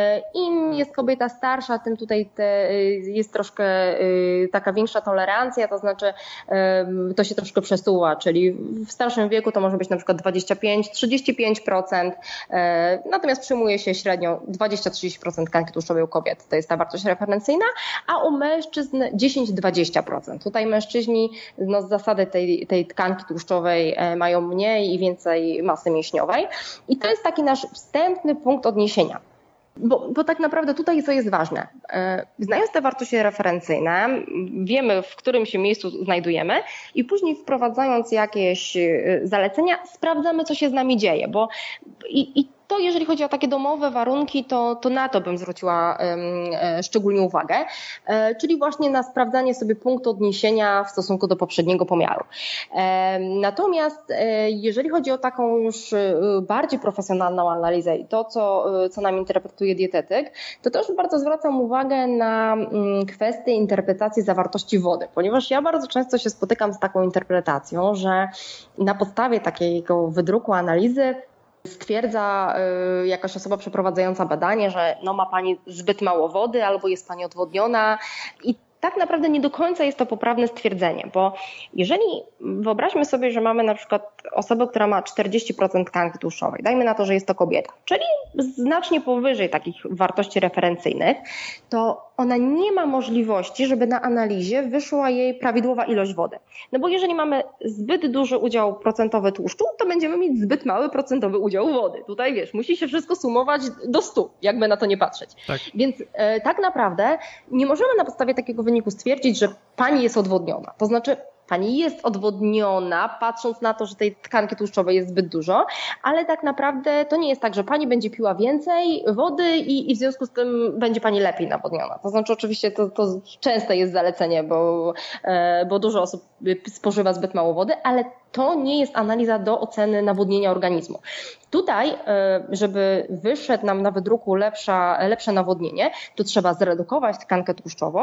Im jest kobieta starsza, tym tutaj te, jest troszkę taka większa tolerancja, to znaczy to się troszkę przesuwa, czyli w starszym wieku to może być na przykład dwadzieścia pięć do trzydziestu pięciu procent, natomiast przyjmuje się średnio dwadzieścia do trzydziestu procent tkanki tłuszczowej u kobiet. To jest ta wartość referencyjna, a u mężczyzn dziesięć do dwudziestu procent. Tutaj mężczyźni no, z zasady tej, tej tkanki tłuszczowej mają mniej i więcej masy mięśniowej. I to jest taki nasz wstępny punkt odniesienia. Bo, bo tak naprawdę tutaj co jest ważne. Znając te wartości referencyjne, wiemy, w którym się miejscu znajdujemy i później wprowadzając jakieś zalecenia, sprawdzamy, co się z nami dzieje. Bo i, i to jeżeli chodzi o takie domowe warunki, to, to na to bym zwróciła um, szczególnie uwagę, e, czyli właśnie na sprawdzanie sobie punktu odniesienia w stosunku do poprzedniego pomiaru. E, natomiast e, jeżeli chodzi o taką już bardziej profesjonalną analizę i to, co, co nam interpretuje dietetyk, to też bardzo zwracam uwagę na um, kwestię interpretacji zawartości wody, ponieważ ja bardzo często się spotykam z taką interpretacją, że na podstawie takiego wydruku analizy stwierdza y, jakaś osoba przeprowadzająca badanie, że no ma pani zbyt mało wody albo jest pani odwodniona i tak naprawdę nie do końca jest to poprawne stwierdzenie, bo jeżeli wyobraźmy sobie, że mamy na przykład osobę, która ma czterdzieści procent tkanki tłuszczowej, dajmy na to, że jest to kobieta, czyli znacznie powyżej takich wartości referencyjnych, to ona nie ma możliwości, żeby na analizie wyszła jej prawidłowa ilość wody. No bo jeżeli mamy zbyt duży udział procentowy tłuszczu, to będziemy mieć zbyt mały procentowy udział wody. Tutaj wiesz, musi się wszystko sumować do stu, jakby na to nie patrzeć. Tak. Więc e, tak naprawdę nie możemy na podstawie takiego wyniku stwierdzić, że pani jest odwodniona. To znaczy pani jest odwodniona, patrząc na to, że tej tkanki tłuszczowej jest zbyt dużo, ale tak naprawdę to nie jest tak, że pani będzie piła więcej wody i, i w związku z tym będzie pani lepiej nawodniona. To znaczy oczywiście to, to częste jest zalecenie, bo, bo dużo osób spożywa zbyt mało wody, ale to nie jest analiza do oceny nawodnienia organizmu. Tutaj, żeby wyszedł nam na wydruku lepsza, lepsze nawodnienie, to trzeba zredukować tkankę tłuszczową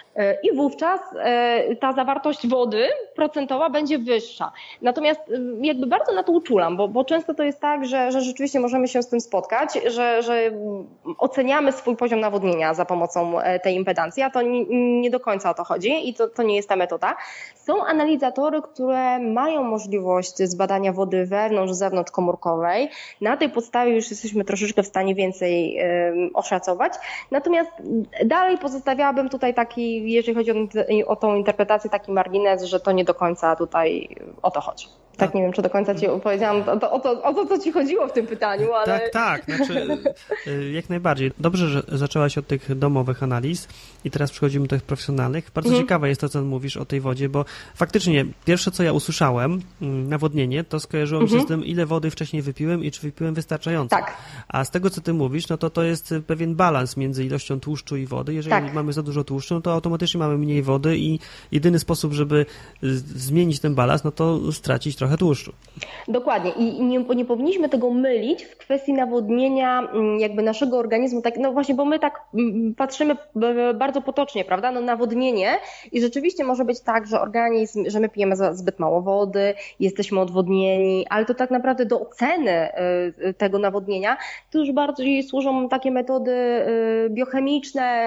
i wówczas ta zawartość wody procentowa będzie wyższa. Natomiast jakby bardzo na to uczulam, bo, bo często to jest tak, że, że rzeczywiście możemy się z tym spotkać, że, że oceniamy swój poziom nawodnienia za pomocą tej impedancji, a to nie, nie do końca o to chodzi i to, to nie jest ta metoda. Są analizatory, które mają możliwość zbadania wody wewnątrz, zewnątrz komórkowej. Na tej podstawie już jesteśmy troszeczkę w stanie więcej um, oszacować. Natomiast dalej pozostawiałabym tutaj taki, jeżeli chodzi o, o tą interpretację, taki margines, że to nie do końca tutaj o to chodzi. Tak, nie wiem, czy do końca ci opowiedziałam o to, o to, o to co ci chodziło w tym pytaniu, ale... Tak, tak, znaczy jak najbardziej. Dobrze, że zaczęłaś od tych domowych analiz i teraz przechodzimy do tych profesjonalnych. Bardzo mhm. ciekawe jest to, co mówisz o tej wodzie, bo faktycznie pierwsze, co ja usłyszałem, nawodnienie, to skojarzyło mi się mhm. z tym, ile wody wcześniej wypiłem i czy wypiłem wystarczająco. Tak. A z tego, co ty mówisz, no to to jest pewien balans między ilością tłuszczu i wody. Jeżeli tak. mamy za dużo tłuszczu, no to automatycznie mamy mniej wody i jedyny sposób, żeby zmienić ten balans, no to stracić trochę tłuszczu. Dokładnie i nie, nie powinniśmy tego mylić w kwestii nawodnienia jakby naszego organizmu, tak, no właśnie, bo my tak patrzymy bardzo potocznie, prawda, no nawodnienie i rzeczywiście może być tak, że organizm, że my pijemy zbyt mało wody, jesteśmy odwodnieni, ale to tak naprawdę do oceny tego nawodnienia to już bardziej służą takie metody biochemiczne,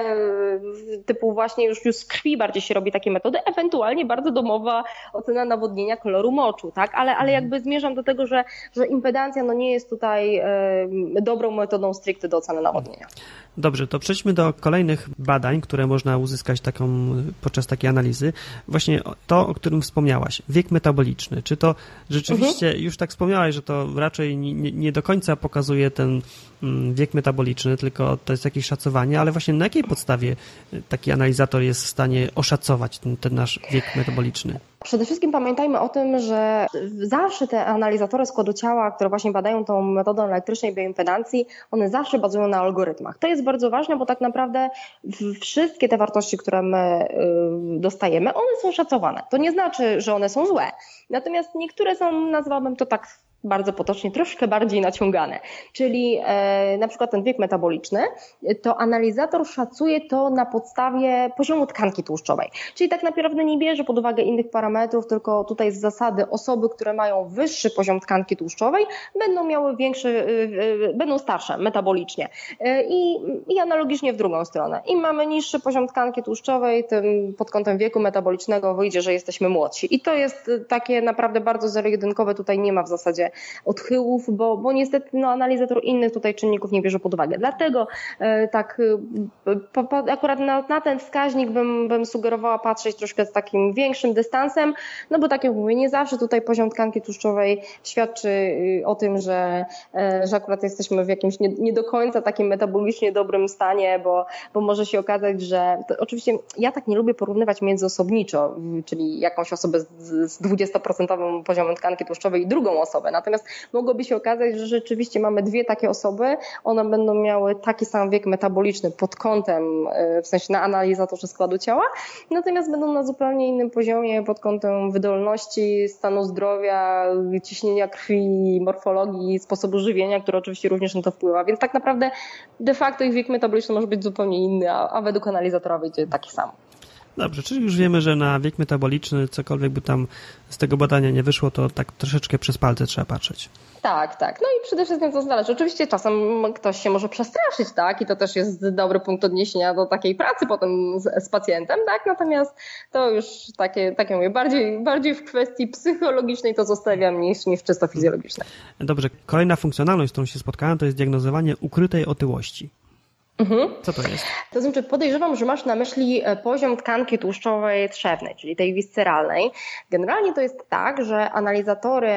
typu właśnie już, już z krwi bardziej się robi takie metody, ewentualnie bardzo domowa ocena nawodnienia koloru moczu, tak, ale, ale jakby zmierzam do tego, że, że impedancja no nie jest tutaj e, dobrą metodą stricte do oceny nawodnienia. Dobrze, to przejdźmy do kolejnych badań, które można uzyskać taką, podczas takiej analizy. Właśnie to, o którym wspomniałaś, wiek metaboliczny. Czy to rzeczywiście, mhm. już tak wspomniałaś, że to raczej nie, nie do końca pokazuje ten wiek metaboliczny, tylko to jest jakieś szacowanie, ale właśnie na jakiej podstawie taki analizator jest w stanie oszacować ten, ten nasz wiek metaboliczny? Przede wszystkim pamiętajmy o tym, że zawsze te analizatory składu ciała, które właśnie badają tą metodą elektrycznej bioimpedancji, one zawsze bazują na algorytmach. To jest bardzo ważne, bo tak naprawdę wszystkie te wartości, które my dostajemy, one są szacowane. To nie znaczy, że one są złe. Natomiast niektóre są, nazwałabym to tak bardzo potocznie, troszkę bardziej naciągane. Czyli e, na przykład ten wiek metaboliczny, to analizator szacuje to na podstawie poziomu tkanki tłuszczowej. Czyli tak naprawdę nie bierze pod uwagę innych parametrów, tylko tutaj z zasady osoby, które mają wyższy poziom tkanki tłuszczowej, będą miały większy, e, będą starsze metabolicznie. E, i, I analogicznie w drugą stronę. Im mamy niższy poziom tkanki tłuszczowej, tym pod kątem wieku metabolicznego wyjdzie, że jesteśmy młodsi. I to jest takie naprawdę bardzo zero-jedynkowe, tutaj nie ma w zasadzie odchyłów, bo, bo niestety no, analizator innych tutaj czynników nie bierze pod uwagę. Dlatego e, tak po, po, akurat na, na ten wskaźnik bym, bym sugerowała patrzeć troszkę z takim większym dystansem, no bo tak jak mówię, nie zawsze tutaj poziom tkanki tłuszczowej świadczy o tym, że, e, że akurat jesteśmy w jakimś nie, nie do końca takim metabolicznie dobrym stanie, bo, bo może się okazać, że to, oczywiście ja tak nie lubię porównywać międzyosobniczo, czyli jakąś osobę z, z dwudziestoprocentowym poziomem tkanki tłuszczowej i drugą osobę. Natomiast mogłoby się okazać, że rzeczywiście mamy dwie takie osoby, one będą miały taki sam wiek metaboliczny pod kątem, w sensie na analizatorze składu ciała, natomiast będą na zupełnie innym poziomie pod kątem wydolności, stanu zdrowia, ciśnienia krwi, morfologii, sposobu żywienia, który oczywiście również na to wpływa, więc tak naprawdę de facto ich wiek metaboliczny może być zupełnie inny, a, a według analizatora wyjdzie taki sam. Dobrze, czyli już wiemy, że na wiek metaboliczny, cokolwiek by tam z tego badania nie wyszło, to tak troszeczkę przez palce trzeba patrzeć. Tak, tak. No i przede wszystkim to zależy. Oczywiście czasem ktoś się może przestraszyć, tak? I to też jest dobry punkt odniesienia do takiej pracy potem z, z pacjentem, tak? Natomiast to już takie, takie mówię, bardziej, bardziej w kwestii psychologicznej to zostawiam niż, niż czysto fizjologicznej. Dobrze. Kolejna funkcjonalność, z którą się spotkałem, to jest diagnozowanie ukrytej otyłości. Mhm. Co to jest? To znaczy podejrzewam, że masz na myśli poziom tkanki tłuszczowej trzewnej, czyli tej visceralnej. Generalnie to jest tak, że analizatory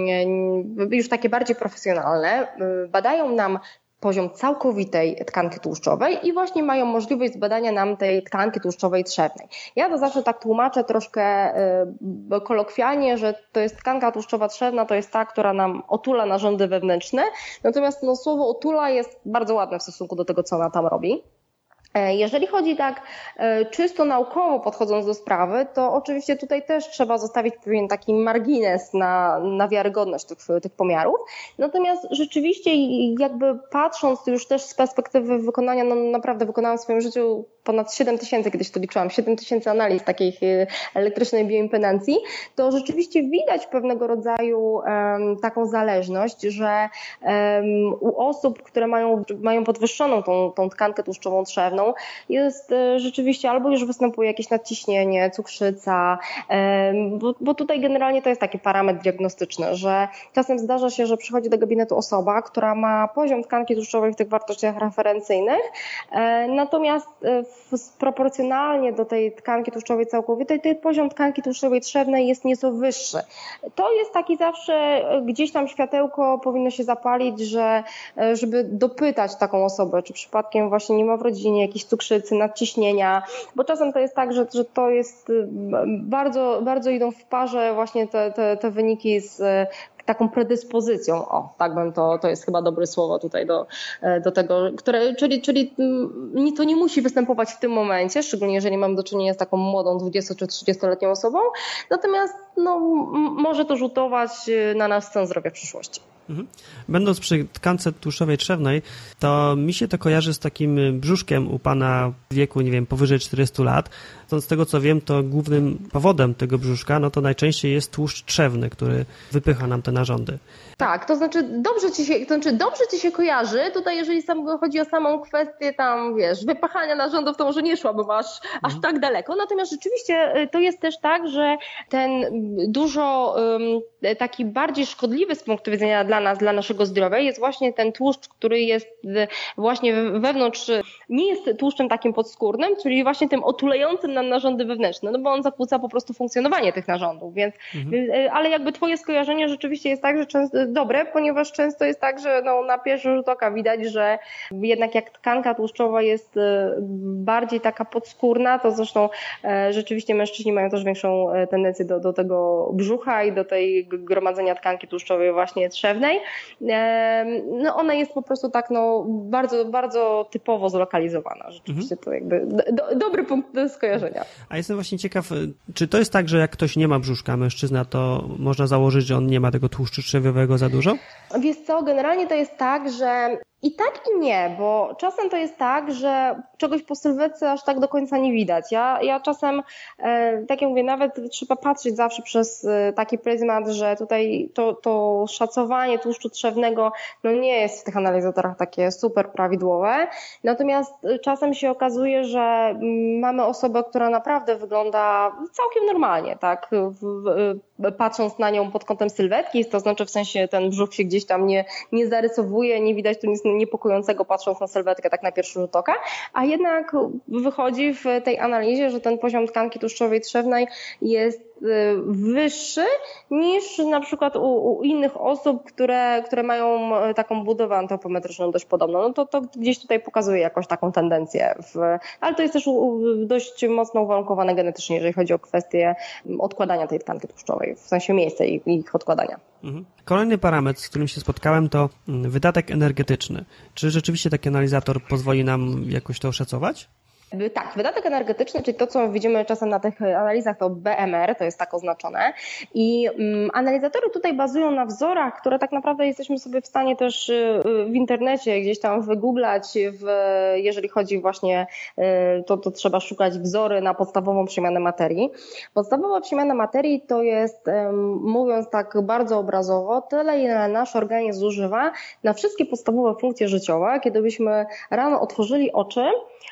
już takie bardziej profesjonalne badają nam poziom całkowitej tkanki tłuszczowej i właśnie mają możliwość zbadania nam tej tkanki tłuszczowej trzewnej. Ja to zawsze tak tłumaczę troszkę y, kolokwialnie, że to jest tkanka tłuszczowa trzewna, to jest ta, która nam otula narządy wewnętrzne, natomiast no, słowo otula jest bardzo ładne w stosunku do tego, co ona tam robi. Jeżeli chodzi tak czysto naukowo podchodząc do sprawy, to oczywiście tutaj też trzeba zostawić pewien taki margines na, na wiarygodność tych, tych pomiarów. Natomiast rzeczywiście jakby patrząc już też z perspektywy wykonania, no naprawdę wykonałam w swoim życiu ponad siedem tysięcy, kiedyś to liczyłam, siedem tysięcy analiz takiej elektrycznej bioimpedancji, to rzeczywiście widać pewnego rodzaju um, taką zależność, że um, u osób, które mają, mają podwyższoną tą, tą tkankę tłuszczową trzewną, trzewną, jest rzeczywiście albo już występuje jakieś nadciśnienie, cukrzyca, bo, bo tutaj generalnie to jest taki parametr diagnostyczny, że czasem zdarza się, że przychodzi do gabinetu osoba, która ma poziom tkanki tłuszczowej w tych wartościach referencyjnych, natomiast proporcjonalnie do tej tkanki tłuszczowej całkowitej, ten poziom tkanki tłuszczowej trzewnej jest nieco wyższy. To jest taki zawsze gdzieś tam światełko powinno się zapalić, że żeby dopytać taką osobę, czy przypadkiem właśnie nie ma w rodzinie jakiejś cukrzycy, nadciśnienia, bo czasem to jest tak, że, że to jest bardzo, bardzo idą w parze właśnie te, te, te wyniki z taką predyspozycją, o, tak bym to, to jest chyba dobre słowo tutaj do, do tego, które, czyli, czyli to nie musi występować w tym momencie, szczególnie jeżeli mamy do czynienia z taką młodą dwudziesto czy trzydziestoletnią osobą, natomiast no, może to rzutować na nasz stan zdrowia w przyszłości. Mhm. Będąc przy tkance tłuszczowej trzewnej, to mi się to kojarzy z takim brzuszkiem u pana w wieku, nie wiem, powyżej czterdziestu lat. To z tego co wiem, to głównym powodem tego brzuszka, no to najczęściej jest tłuszcz trzewny, który wypycha nam te narządy. Tak, to znaczy dobrze ci się, to znaczy dobrze ci się kojarzy. Tutaj jeżeli sam chodzi o samą kwestię tam, wiesz, wypychania narządów, to może nie szłabym aż, mhm. aż tak daleko. Natomiast rzeczywiście to jest też tak, że ten dużo um, taki bardziej szkodliwy z punktu widzenia dla nas, dla naszego zdrowia jest właśnie ten tłuszcz, który jest właśnie wewnątrz, nie jest tłuszczem takim podskórnym, czyli właśnie tym otulającym nam narządy wewnętrzne, no bo on zakłóca po prostu funkcjonowanie tych narządów, więc, mhm. ale jakby twoje skojarzenie rzeczywiście jest tak, że często dobre, ponieważ często jest tak, że no, na pierwszy rzut oka widać, że jednak jak tkanka tłuszczowa jest bardziej taka podskórna, to zresztą e, rzeczywiście mężczyźni mają też większą tendencję do, do tego brzucha i do tej gromadzenia tkanki tłuszczowej właśnie trzewnej. E, no ona jest po prostu tak no bardzo, bardzo typowo zlokalizowana. Rzeczywiście mhm. to jakby do, dobry punkt do skojarzenia. A jestem właśnie ciekaw, czy to jest tak, że jak ktoś nie ma brzuszka, mężczyzna, to można założyć, że on nie ma tego tłuszczu trzewiowego za dużo? Wiesz co, generalnie to jest tak, że i tak i nie, bo czasem to jest tak, że czegoś po sylwetce aż tak do końca nie widać. Ja, ja czasem, e, tak jak mówię, nawet trzeba patrzeć zawsze przez e, taki pryzmat, że tutaj to, to szacowanie tłuszczu trzewnego no nie jest w tych analizatorach takie super prawidłowe. Natomiast czasem się okazuje, że m, mamy osobę, która naprawdę wygląda całkiem normalnie, tak, w, w, patrząc na nią pod kątem sylwetki, to znaczy w sensie ten brzuch się gdzieś tam nie, nie zarysowuje, nie widać tu nic niepokojącego patrząc na sylwetkę tak na pierwszy rzut oka, a jednak wychodzi w tej analizie, że ten poziom tkanki tłuszczowej trzewnej jest wyższy niż na przykład u, u innych osób, które, które mają taką budowę antropometryczną dość podobną. No to, to gdzieś tutaj pokazuje jakąś taką tendencję. W, ale to jest też u, dość mocno uwarunkowane genetycznie, jeżeli chodzi o kwestię odkładania tej tkanki tłuszczowej, w sensie miejsca ich, ich odkładania. Mhm. Kolejny parametr, z którym się spotkałem, to wydatek energetyczny. Czy rzeczywiście taki analizator pozwoli nam jakoś to oszacować? Tak, wydatek energetyczny, czyli to, co widzimy czasem na tych analizach, to B M R, to jest tak oznaczone. I um, analizatory tutaj bazują na wzorach, które tak naprawdę jesteśmy sobie w stanie też w internecie gdzieś tam wygooglać, w, jeżeli chodzi właśnie, to, to trzeba szukać wzory na podstawową przemianę materii. Podstawowa przemiana materii to jest, mówiąc tak bardzo obrazowo, tyle, ile nasz organizm zużywa na wszystkie podstawowe funkcje życiowe, kiedy byśmy rano otworzyli oczy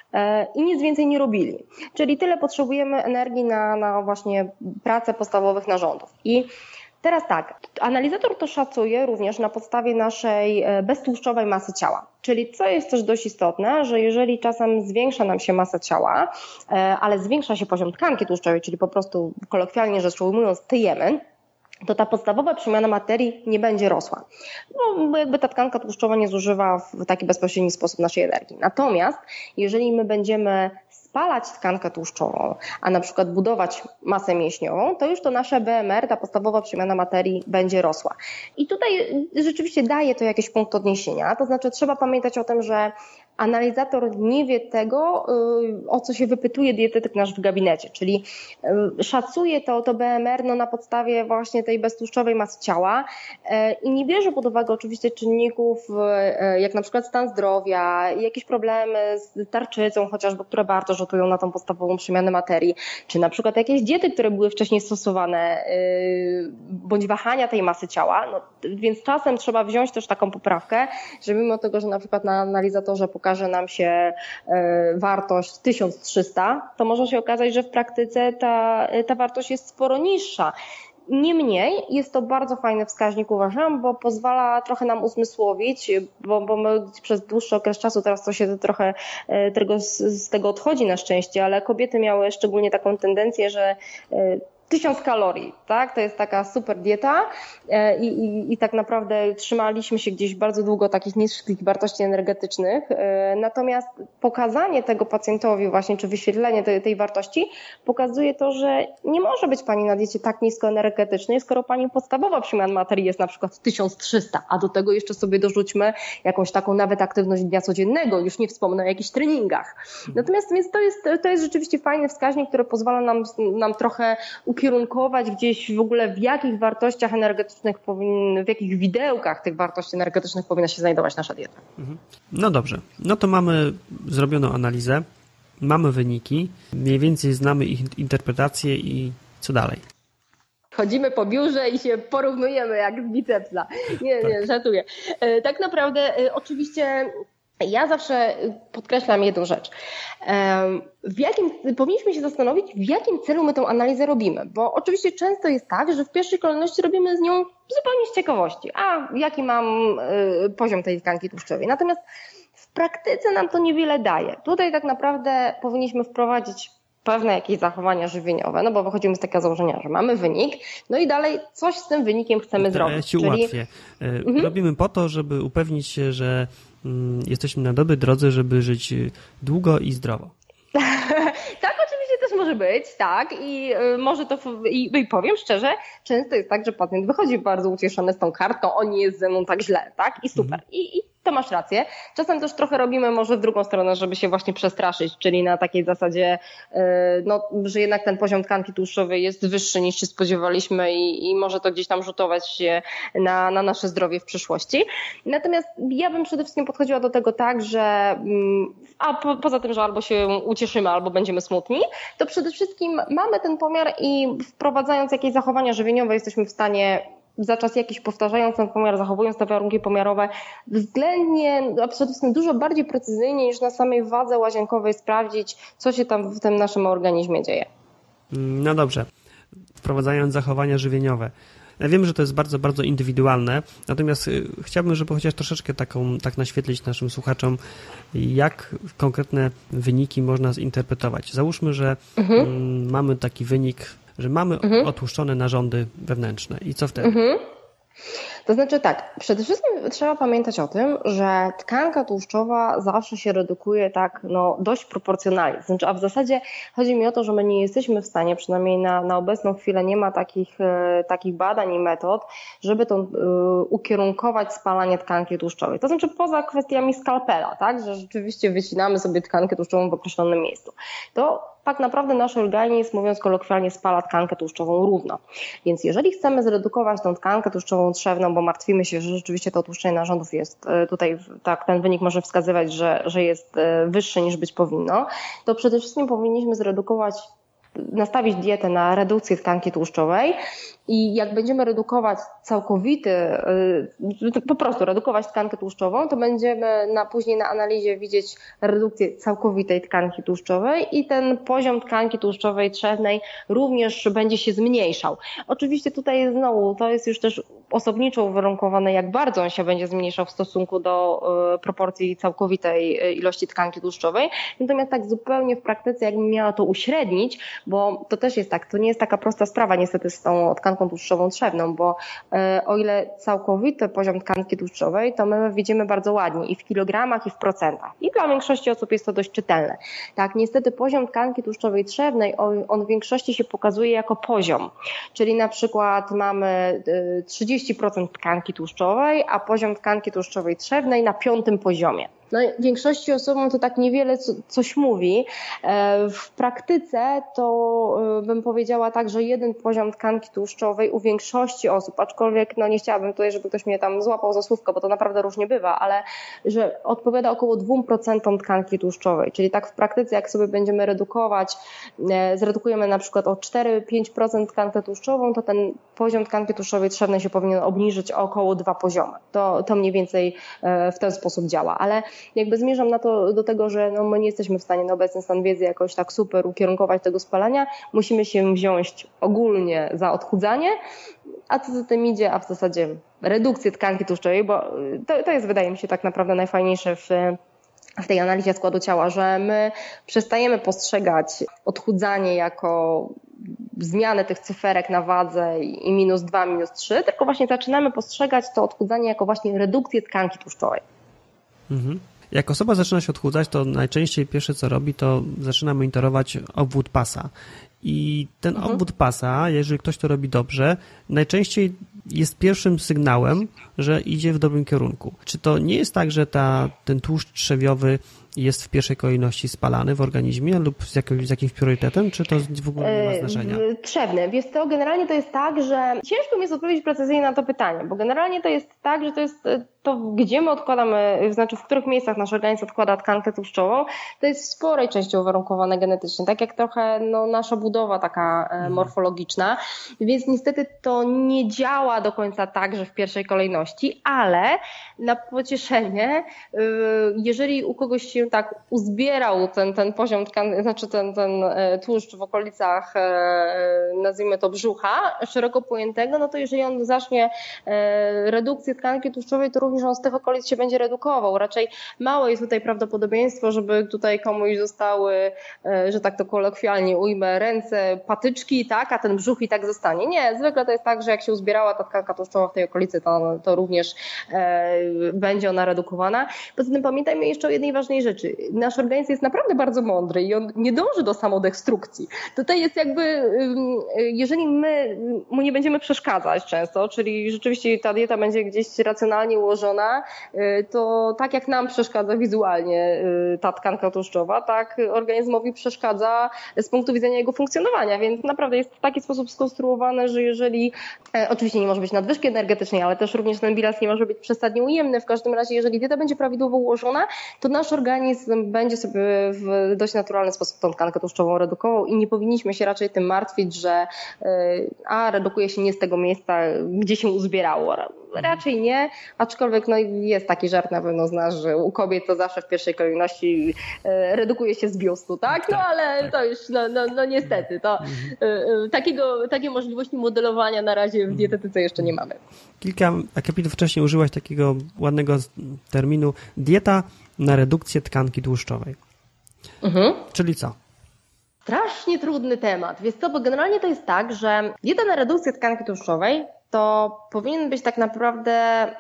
i nic więcej nie robili. Czyli tyle potrzebujemy energii na, na właśnie pracę podstawowych narządów. I teraz tak, analizator to szacuje również na podstawie naszej beztłuszczowej masy ciała. Czyli co jest też dość istotne, że jeżeli czasem zwiększa nam się masa ciała, ale zwiększa się poziom tkanki tłuszczowej, czyli po prostu kolokwialnie rzecz ujmując tyjemy, to ta podstawowa przemiana materii nie będzie rosła. No, bo jakby ta tkanka tłuszczowa nie zużywa w taki bezpośredni sposób naszej energii. Natomiast jeżeli my będziemy spalać tkankę tłuszczową, a na przykład budować masę mięśniową, to już to nasze B M R, ta podstawowa przemiana materii będzie rosła. I tutaj rzeczywiście daje to jakiś punkt odniesienia, to znaczy trzeba pamiętać o tym, że analizator nie wie tego, o co się wypytuje dietetyk nasz w gabinecie, czyli szacuje to, to B M R no, na podstawie właśnie tej beztłuszczowej masy ciała i nie bierze pod uwagę oczywiście czynników jak na przykład stan zdrowia, jakieś problemy z tarczycą chociażby, które bardzo rzutują na tą podstawową przemianę materii, czy na przykład jakieś diety, które były wcześniej stosowane, bądź wahania tej masy ciała, no, więc czasem trzeba wziąć też taką poprawkę, że mimo tego, że na przykład na analizatorze pokazuje pokaże nam się wartość tysiąc trzysta, to może się okazać, że w praktyce ta, ta wartość jest sporo niższa. Niemniej jest to bardzo fajny wskaźnik, uważam, bo pozwala trochę nam uzmysłowić, bo, bo my przez dłuższy okres czasu, teraz to się trochę tego, z tego odchodzi na szczęście, ale kobiety miały szczególnie taką tendencję, że tysiąc kalorii, tak? To jest taka super dieta i, i, i tak naprawdę trzymaliśmy się gdzieś bardzo długo takich niskich wartości energetycznych. Natomiast pokazanie tego pacjentowi właśnie, czy wyświetlenie tej, tej wartości pokazuje to, że nie może być pani na diecie tak niskoenergetycznej, skoro pani podstawowa przymian materii jest na przykład tysiąc trzysta, a do tego jeszcze sobie dorzućmy jakąś taką nawet aktywność dnia codziennego, już nie wspomnę o jakichś treningach. Natomiast więc to jest, to jest rzeczywiście fajny wskaźnik, który pozwala nam, nam trochę ukierunkować gdzieś w ogóle w jakich wartościach energetycznych powinny, w jakich widełkach tych wartości energetycznych powinna się znajdować nasza dieta. No dobrze, no to mamy zrobioną analizę, mamy wyniki, mniej więcej znamy ich interpretację i co dalej? Chodzimy po biurze i się porównujemy jak z bicepsa. Nie, nie, żartuję. Tak naprawdę oczywiście ja zawsze podkreślam jedną rzecz. W jakim, powinniśmy się zastanowić, w jakim celu my tą analizę robimy, bo oczywiście często jest tak, że w pierwszej kolejności robimy z nią zupełnie z ciekawości, a jaki mam poziom tej tkanki tłuszczowej. Natomiast w praktyce nam to niewiele daje. Tutaj tak naprawdę powinniśmy wprowadzić pewne jakieś zachowania żywieniowe, no bo wychodzimy z takiego założenia, że mamy wynik, no i dalej coś z tym wynikiem chcemy to zrobić. Ja ci czyli... ułatwię. Mhm. Robimy po to, żeby upewnić się, że jesteśmy na dobrej drodze, żeby żyć długo i zdrowo. Tak, oczywiście też może być, tak, i może to, i, i powiem szczerze, często jest tak, że pacjent wychodzi bardzo ucieszony z tą kartką, o nie jest ze mną tak źle, tak, i super. Mhm. I, i to masz rację. Czasem też trochę robimy może w drugą stronę, żeby się właśnie przestraszyć, czyli na takiej zasadzie, no, że jednak ten poziom tkanki tłuszczowej jest wyższy niż się spodziewaliśmy i, i może to gdzieś tam rzutować się na, na nasze zdrowie w przyszłości. Natomiast ja bym przede wszystkim podchodziła do tego tak, że a po, poza tym, że albo się ucieszymy, albo będziemy smutni, to przede wszystkim mamy ten pomiar i wprowadzając jakieś zachowania żywieniowe jesteśmy w stanie za czas jakiś powtarzając ten pomiar, zachowując te warunki pomiarowe, względnie, a przede wszystkim dużo bardziej precyzyjnie niż na samej wadze łazienkowej sprawdzić, co się tam w tym naszym organizmie dzieje. No dobrze. Wprowadzając zachowania żywieniowe. Ja wiem, że to jest bardzo, bardzo indywidualne, natomiast chciałbym, żeby chociaż troszeczkę taką, tak naświetlić naszym słuchaczom, jak konkretne wyniki można zinterpretować. Załóżmy, że mhm. mamy taki wynik, że mamy mhm. otłuszczone narządy wewnętrzne. I co wtedy? Mhm. To znaczy tak, przede wszystkim trzeba pamiętać o tym, że tkanka tłuszczowa zawsze się redukuje tak no, dość proporcjonalnie. Znaczy, a w zasadzie chodzi mi o to, że my nie jesteśmy w stanie, przynajmniej na, na obecną chwilę nie ma takich, e, takich badań i metod, żeby to e, ukierunkować spalanie tkanki tłuszczowej. To znaczy poza kwestiami skalpela, tak, że rzeczywiście wycinamy sobie tkankę tłuszczową w określonym miejscu. To tak naprawdę nasz organizm, mówiąc kolokwialnie, spala tkankę tłuszczową równo. Więc jeżeli chcemy zredukować tą tkankę tłuszczową trzewną, bo martwimy się, że rzeczywiście to otłuszczenie narządów jest tutaj, tak, ten wynik może wskazywać, że, że jest wyższy niż być powinno, to przede wszystkim powinniśmy zredukować, nastawić dietę na redukcję tkanki tłuszczowej i jak będziemy redukować całkowity, po prostu redukować tkankę tłuszczową, to będziemy na, później na analizie widzieć redukcję całkowitej tkanki tłuszczowej i ten poziom tkanki tłuszczowej trzewnej również będzie się zmniejszał. Oczywiście tutaj znowu to jest już też osobniczo uwarunkowane, jak bardzo on się będzie zmniejszał w stosunku do proporcji całkowitej ilości tkanki tłuszczowej. Natomiast tak zupełnie w praktyce, jakbym miała to uśrednić, bo to też jest tak, to nie jest taka prosta sprawa niestety z tą tkanką tłuszczową trzewną, bo e, o ile całkowity poziom tkanki tłuszczowej, to my widzimy bardzo ładnie i w kilogramach, i w procentach. I dla większości osób jest to dość czytelne. Tak, niestety poziom tkanki tłuszczowej trzewnej, on, on w większości się pokazuje jako poziom, czyli na przykład mamy trzydzieści procent tkanki tłuszczowej, a poziom tkanki tłuszczowej trzewnej na piątym poziomie. No, większości osobom to tak niewiele co, coś mówi. W praktyce to bym powiedziała tak, że jeden poziom tkanki tłuszczowej u większości osób, aczkolwiek no nie chciałabym tutaj, żeby ktoś mnie tam złapał za słówko, bo to naprawdę różnie bywa, ale że odpowiada około dwa procent tkanki tłuszczowej, czyli tak w praktyce jak sobie będziemy redukować, zredukujemy na przykład o cztery do pięciu procent tkankę tłuszczową, to ten poziom tkanki tłuszczowej trzewnej się powinien obniżyć o około dwa poziomy. To, to mniej więcej w ten sposób działa, ale jakby zmierzam na to, do tego, że no my nie jesteśmy w stanie na obecny stan wiedzy jakoś tak super ukierunkować tego spalania. Musimy się wziąć ogólnie za odchudzanie, a co za tym idzie, a w zasadzie redukcję tkanki tłuszczowej, bo to, to jest, wydaje mi się, tak naprawdę najfajniejsze w w tej analizie składu ciała, że my przestajemy postrzegać odchudzanie jako zmianę tych cyferek na wadze i minus dwa, minus trzy, tylko właśnie zaczynamy postrzegać to odchudzanie jako właśnie redukcję tkanki tłuszczowej. Mhm. Jak osoba zaczyna się odchudzać, to najczęściej pierwsze co robi, to zaczyna monitorować obwód pasa. I ten mhm. obwód pasa, jeżeli ktoś to robi dobrze, najczęściej jest pierwszym sygnałem, że idzie w dobrym kierunku. Czy to nie jest tak, że ta, ten tłuszcz trzewiowy jest w pierwszej kolejności spalany w organizmie lub z jakimś, z jakimś priorytetem, czy to w ogóle nie ma znaczenia? Trzewny. Wiesz co, generalnie to jest tak, że ciężko mi jest odpowiedzieć precyzyjnie na to pytanie, bo generalnie to jest tak, że to jest to, gdzie my odkładamy, znaczy w których miejscach nasz organizm odkłada tkankę tłuszczową, to jest w sporej części uwarunkowane genetycznie, tak jak trochę no, nasza budowa taka mhm. morfologiczna, więc niestety to nie działa do końca tak, że w pierwszej kolejności, ale na pocieszenie, jeżeli u kogoś się tak uzbierał ten, ten poziom tkanki, znaczy ten, ten tłuszcz w okolicach, nazwijmy to brzucha, szeroko pojętego, no to jeżeli on zacznie redukcję tkanki tłuszczowej, to również on z tych okolic się będzie redukował. Raczej małe jest tutaj prawdopodobieństwo, żeby tutaj komuś zostały, że tak to kolokwialnie ujmę, ręce, patyczki, tak, a ten brzuch i tak zostanie. Nie, zwykle to jest tak, że jak się uzbierała ta tkanka tłuszczowa w tej okolicy, to, to również e, będzie ona redukowana. Poza tym pamiętajmy jeszcze o jednej ważnej rzeczy. Nasz organizm jest naprawdę bardzo mądry i on nie dąży do samodestrukcji. Tutaj jest jakby, jeżeli my mu nie będziemy przeszkadzać często, czyli rzeczywiście ta dieta będzie gdzieś racjonalnie ułożona, to tak jak nam przeszkadza wizualnie ta tkanka tłuszczowa, tak organizmowi przeszkadza z punktu widzenia jego funkcjonowania, więc naprawdę jest w taki sposób skonstruowane, że jeżeli, oczywiście nie może być nadwyżki energetycznej, ale też również ten bilans nie może być przesadnie ujemny, w każdym razie jeżeli dieta będzie prawidłowo ułożona, to nasz organizm będzie sobie w dość naturalny sposób tą tkankę tłuszczową redukował i nie powinniśmy się raczej tym martwić, że a redukuje się nie z tego miejsca, gdzie się uzbierało. Raczej nie, aczkolwiek no jest taki żart, na pewno znasz, że u kobiet to zawsze w pierwszej kolejności redukuje się z biustu, tak? No ale to już, no, no, no niestety, to takiego, takiej możliwości modelowania na razie w dietetyce jeszcze nie mamy. Kilka akapitów wcześniej użyłaś takiego ładnego terminu dieta na redukcję tkanki tłuszczowej. Mhm. Czyli co? Strasznie trudny temat. Wiesz co, bo generalnie to jest tak, że dieta na redukcję tkanki tłuszczowej to powinien być tak naprawdę,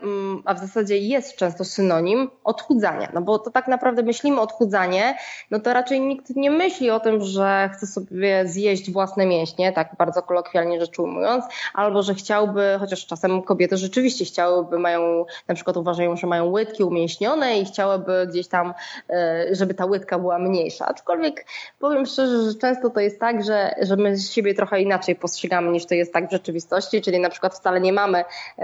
a w zasadzie jest często synonim odchudzania. No bo to tak naprawdę myślimy odchudzanie, no to raczej nikt nie myśli o tym, że chce sobie zjeść własne mięśnie, tak bardzo kolokwialnie rzecz ujmując, albo że chciałby, chociaż czasem kobiety rzeczywiście chciałyby, mają, na przykład uważają, że mają łydki umięśnione i chciałyby gdzieś tam, żeby ta łydka była mniejsza. Aczkolwiek powiem szczerze, że często to jest tak, że, że my siebie trochę inaczej postrzegamy niż to jest tak w rzeczywistości, czyli na przykład wcale nie mamy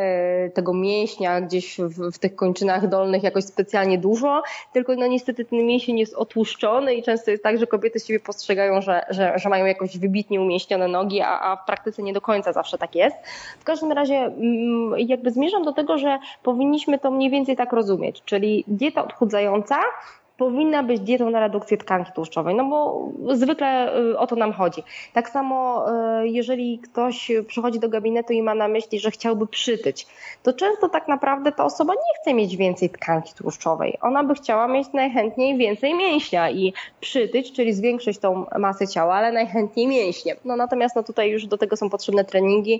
tego mięśnia gdzieś w, w tych kończynach dolnych jakoś specjalnie dużo, tylko no niestety ten mięsień jest otłuszczony i często jest tak, że kobiety siebie postrzegają, że, że, że mają jakoś wybitnie umięśnione nogi, a, a w praktyce nie do końca zawsze tak jest. W każdym razie jakby zmierzam do tego, że powinniśmy to mniej więcej tak rozumieć, czyli dieta odchudzająca powinna być dietą na redukcję tkanki tłuszczowej, no bo zwykle o to nam chodzi. Tak samo jeżeli ktoś przychodzi do gabinetu i ma na myśli, że chciałby przytyć, to często tak naprawdę ta osoba nie chce mieć więcej tkanki tłuszczowej. Ona by chciała mieć najchętniej więcej mięśnia i przytyć, czyli zwiększyć tą masę ciała, ale najchętniej mięśnie. No natomiast no tutaj już do tego są potrzebne treningi,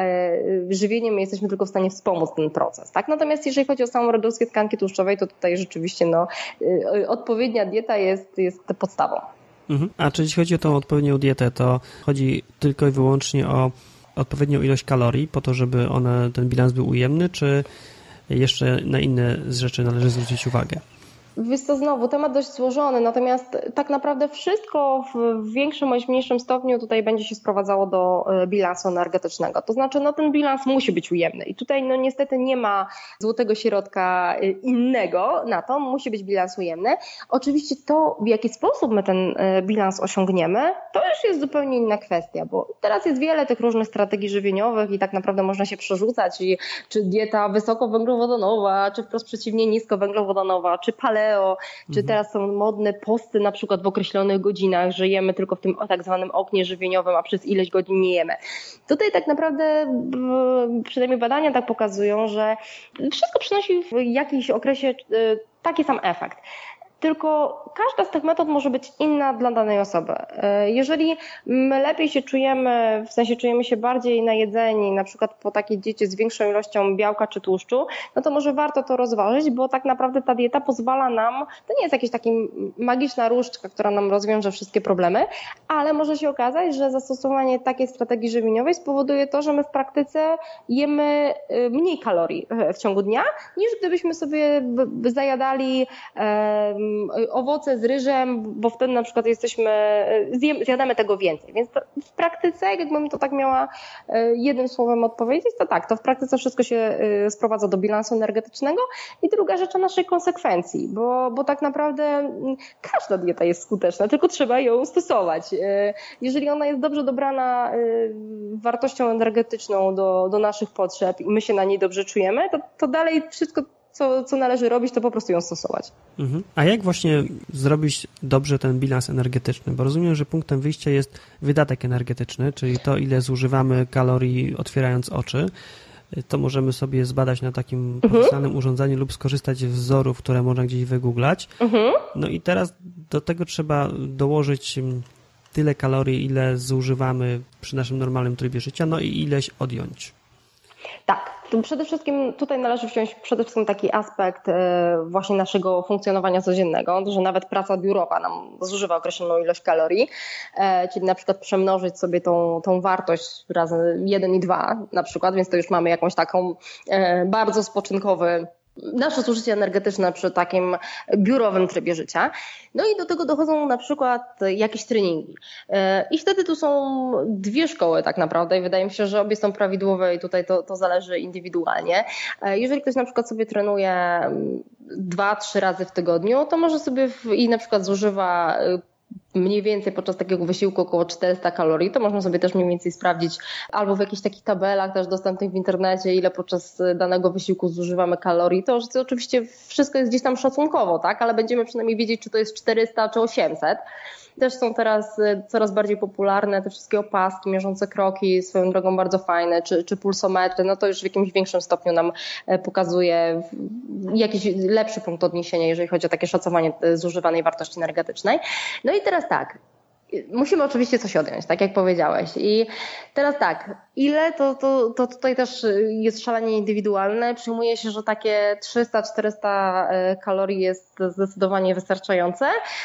żywieniem my jesteśmy tylko w stanie wspomóc ten proces. Tak? Natomiast jeżeli chodzi o samą redukcję tkanki tłuszczowej, to tutaj rzeczywiście no odpowiednia dieta jest, jest podstawą. Mhm. A czy jeśli chodzi o tą odpowiednią dietę, to chodzi tylko i wyłącznie o odpowiednią ilość kalorii po to, żeby one, ten bilans był ujemny, czy jeszcze na inne rzeczy należy zwrócić uwagę? Wiesz co, znowu temat dość złożony, natomiast tak naprawdę wszystko w większym bądź mniejszym stopniu tutaj będzie się sprowadzało do bilansu energetycznego. To znaczy no ten bilans musi być ujemny i tutaj no niestety nie ma złotego środka innego na to, musi być bilans ujemny. Oczywiście to, w jaki sposób my ten bilans osiągniemy, to już jest zupełnie inna kwestia, bo teraz jest wiele tych różnych strategii żywieniowych i tak naprawdę można się przerzucać i czy dieta wysokowęglowodanowa, czy wprost przeciwnie niskowęglowodanowa, czy paleo, paleo, czy teraz są modne posty na przykład w określonych godzinach, że jemy tylko w tym tak zwanym oknie żywieniowym, a przez ileś godzin nie jemy. Tutaj tak naprawdę przynajmniej badania tak pokazują, że wszystko przynosi w jakimś okresie taki sam efekt. Tylko każda z tych metod może być inna dla danej osoby. Jeżeli my lepiej się czujemy, w sensie czujemy się bardziej najedzeni, na przykład po takiej diecie z większą ilością białka czy tłuszczu, no to może warto to rozważyć, bo tak naprawdę ta dieta pozwala nam, to nie jest jakaś taka magiczna różdżka, która nam rozwiąże wszystkie problemy, ale może się okazać, że zastosowanie takiej strategii żywieniowej spowoduje to, że my w praktyce jemy mniej kalorii w ciągu dnia, niż gdybyśmy sobie zajadali owoce z ryżem, bo wtedy na przykład jesteśmy, zjadamy tego więcej. Więc to w praktyce, jakbym to tak miała jednym słowem odpowiedzieć, to tak, to w praktyce wszystko się sprowadza do bilansu energetycznego i druga rzecz o naszej konsekwencji, bo, bo tak naprawdę każda dieta jest skuteczna, tylko trzeba ją stosować. Jeżeli ona jest dobrze dobrana wartością energetyczną do, do naszych potrzeb i my się na niej dobrze czujemy, to, to dalej wszystko Co, co należy robić, to po prostu ją stosować. Mhm. A jak właśnie zrobić dobrze ten bilans energetyczny? Bo rozumiem, że punktem wyjścia jest wydatek energetyczny, czyli to, ile zużywamy kalorii otwierając oczy. To możemy sobie zbadać na takim mhm. profesjonalnym urządzeniu lub skorzystać z wzorów, które można gdzieś wygooglać. Mhm. No i teraz do tego trzeba dołożyć tyle kalorii, ile zużywamy przy naszym normalnym trybie życia, no i ileś odjąć. Tak, to przede wszystkim tutaj należy wziąć przede wszystkim taki aspekt właśnie naszego funkcjonowania codziennego, że nawet praca biurowa nam zużywa określoną ilość kalorii, czyli na przykład przemnożyć sobie tą, tą wartość razy jeden i dwa na przykład, więc to już mamy jakąś taką bardzo spoczynkowy nasze zużycie energetyczne przy takim biurowym trybie życia. No i do tego dochodzą na przykład jakieś treningi. I wtedy tu są dwie szkoły tak naprawdę i wydaje mi się, że obie są prawidłowe i tutaj to, to zależy indywidualnie. Jeżeli ktoś na przykład sobie trenuje dwa, trzy razy w tygodniu, to może sobie w, i na przykład zużywa mniej więcej podczas takiego wysiłku około czterysta kalorii, to można sobie też mniej więcej sprawdzić albo w jakichś takich tabelach też dostępnych w internecie, ile podczas danego wysiłku zużywamy kalorii. To, to oczywiście wszystko jest gdzieś tam szacunkowo, tak, ale będziemy przynajmniej wiedzieć, czy to jest czterysta czy osiemset. Też są teraz coraz bardziej popularne te wszystkie opaski mierzące kroki, swoją drogą bardzo fajne, czy, czy pulsometry, no to już w jakimś większym stopniu nam pokazuje jakiś lepszy punkt odniesienia, jeżeli chodzi o takie szacowanie zużywanej wartości energetycznej. No i teraz tak, musimy oczywiście coś odjąć, tak jak powiedziałeś. I teraz tak, ile to, to, to tutaj też jest szalenie indywidualne. Przyjmuje się, że takie trzysta czterysta kalorii jest zdecydowanie wystarczające.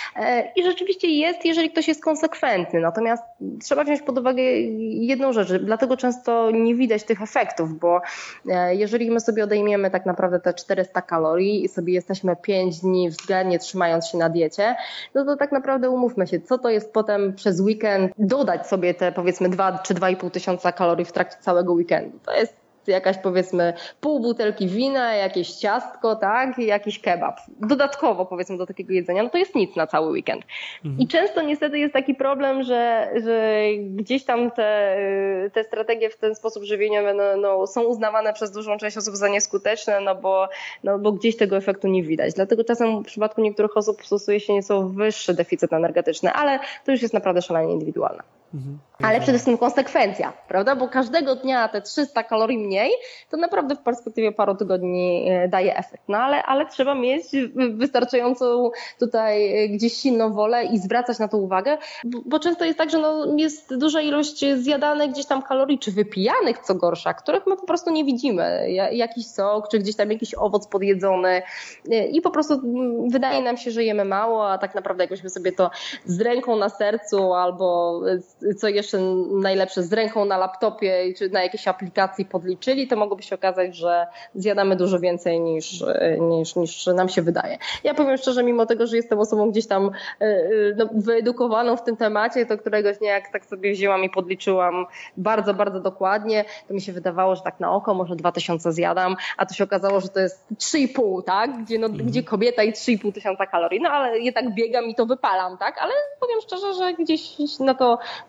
I rzeczywiście jest, jeżeli ktoś jest konsekwentny. Natomiast trzeba wziąć pod uwagę jedną rzecz. Dlatego często nie widać tych efektów, bo jeżeli my sobie odejmiemy tak naprawdę te czterysta kalorii i sobie jesteśmy pięć dni względnie trzymając się na diecie, no to tak naprawdę umówmy się, co to jest potem przez weekend dodać sobie te powiedzmy dwa czy dwa i pół tysiąca kalorii w trakcie całego weekendu. To jest jakaś powiedzmy pół butelki wina, jakieś ciastko, tak, i jakiś kebab. Dodatkowo powiedzmy do takiego jedzenia, no to jest nic na cały weekend. Mhm. I często niestety jest taki problem, że, że gdzieś tam te, te strategie w ten sposób żywieniowy no, no, są uznawane przez dużą część osób za nieskuteczne, no bo, no bo gdzieś tego efektu nie widać. Dlatego czasem w przypadku niektórych osób stosuje się nieco wyższy deficyt energetyczny, ale to już jest naprawdę szalenie indywidualne. Mhm. Ale przede wszystkim konsekwencja, prawda? Bo każdego dnia te trzysta kalorii mniej, to naprawdę w perspektywie paru tygodni daje efekt. No ale, ale trzeba mieć wystarczającą tutaj gdzieś silną wolę i zwracać na to uwagę, bo, bo często jest tak, że no jest duża ilość zjadanych gdzieś tam kalorii, czy wypijanych, co gorsza, których my po prostu nie widzimy. Jakiś sok, czy gdzieś tam jakiś owoc podjedzony i po prostu wydaje nam się, że jemy mało, a tak naprawdę jakbyśmy sobie to z ręką na sercu albo co jeszcze najlepsze, z ręką na laptopie czy na jakiejś aplikacji podliczyli, to mogłoby się okazać, że zjadamy dużo więcej niż, niż, niż nam się wydaje. Ja powiem szczerze, mimo tego, że jestem osobą gdzieś tam no, wyedukowaną w tym temacie, to któregoś dnia jak tak sobie wzięłam i podliczyłam bardzo, bardzo dokładnie, to mi się wydawało, że tak na oko może dwa tysiące zjadam, a to się okazało, że to jest trzy i pół, tak? Gdzie, no, mhm. gdzie kobieta i trzy i pół tysiąca kalorii. No ale jednak biegam i to wypalam, tak? Ale powiem szczerze, że gdzieś na to zupełnie nie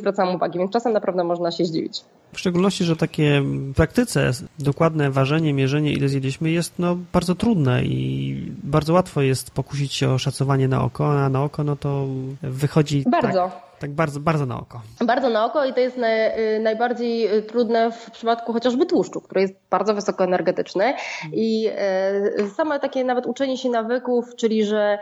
zwracałam uwagi, więc czasem naprawdę można się zdziwić. W szczególności, że takie w praktyce dokładne ważenie, mierzenie, ile zjedliśmy jest no, bardzo trudne i bardzo łatwo jest pokusić się o szacowanie na oko, a na oko no to wychodzi bardzo. tak, tak bardzo, bardzo na oko. Bardzo na oko i to jest naj, najbardziej trudne w przypadku chociażby tłuszczu, który jest bardzo wysokoenergetyczny i same takie nawet uczenie się nawyków, czyli że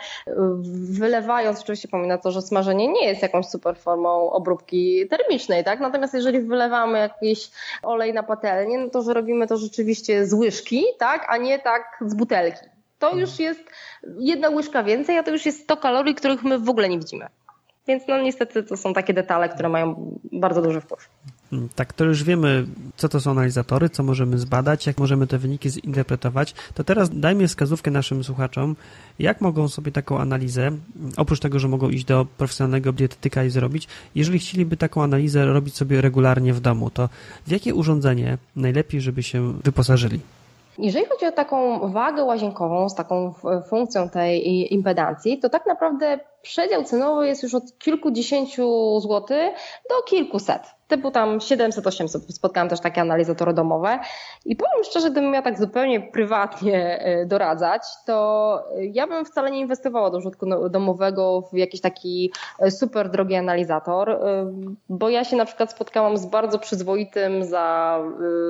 wylewając, oczywiście pomina to, że smażenie nie jest jakąś super formą obróbki termicznej, tak? Natomiast jeżeli wylewamy jakiś olej na patelnię, no to że robimy to rzeczywiście z łyżki, tak? A nie tak z butelki. To już jest jedna łyżka więcej, a to już jest sto kalorii, których my w ogóle nie widzimy. Więc no niestety to są takie detale, które mają bardzo duży wpływ. Tak, to już wiemy, co to są analizatory, co możemy zbadać, jak możemy te wyniki zinterpretować. To teraz dajmy wskazówkę naszym słuchaczom, jak mogą sobie taką analizę, oprócz tego, że mogą iść do profesjonalnego dietetyka i zrobić, jeżeli chcieliby taką analizę robić sobie regularnie w domu, to w jakie urządzenie najlepiej, żeby się wyposażyli? Jeżeli chodzi o taką wagę łazienkową z taką funkcją tej impedancji, to tak naprawdę przedział cenowy jest już od kilkudziesięciu złotych do kilkuset. Typu tam siedemset osiemset. Spotkałam też takie analizatory domowe i powiem szczerze, gdybym miała tak zupełnie prywatnie doradzać, to ja bym wcale nie inwestowała do użytku domowego w jakiś taki super drogi analizator, bo ja się na przykład spotkałam z bardzo przyzwoitym za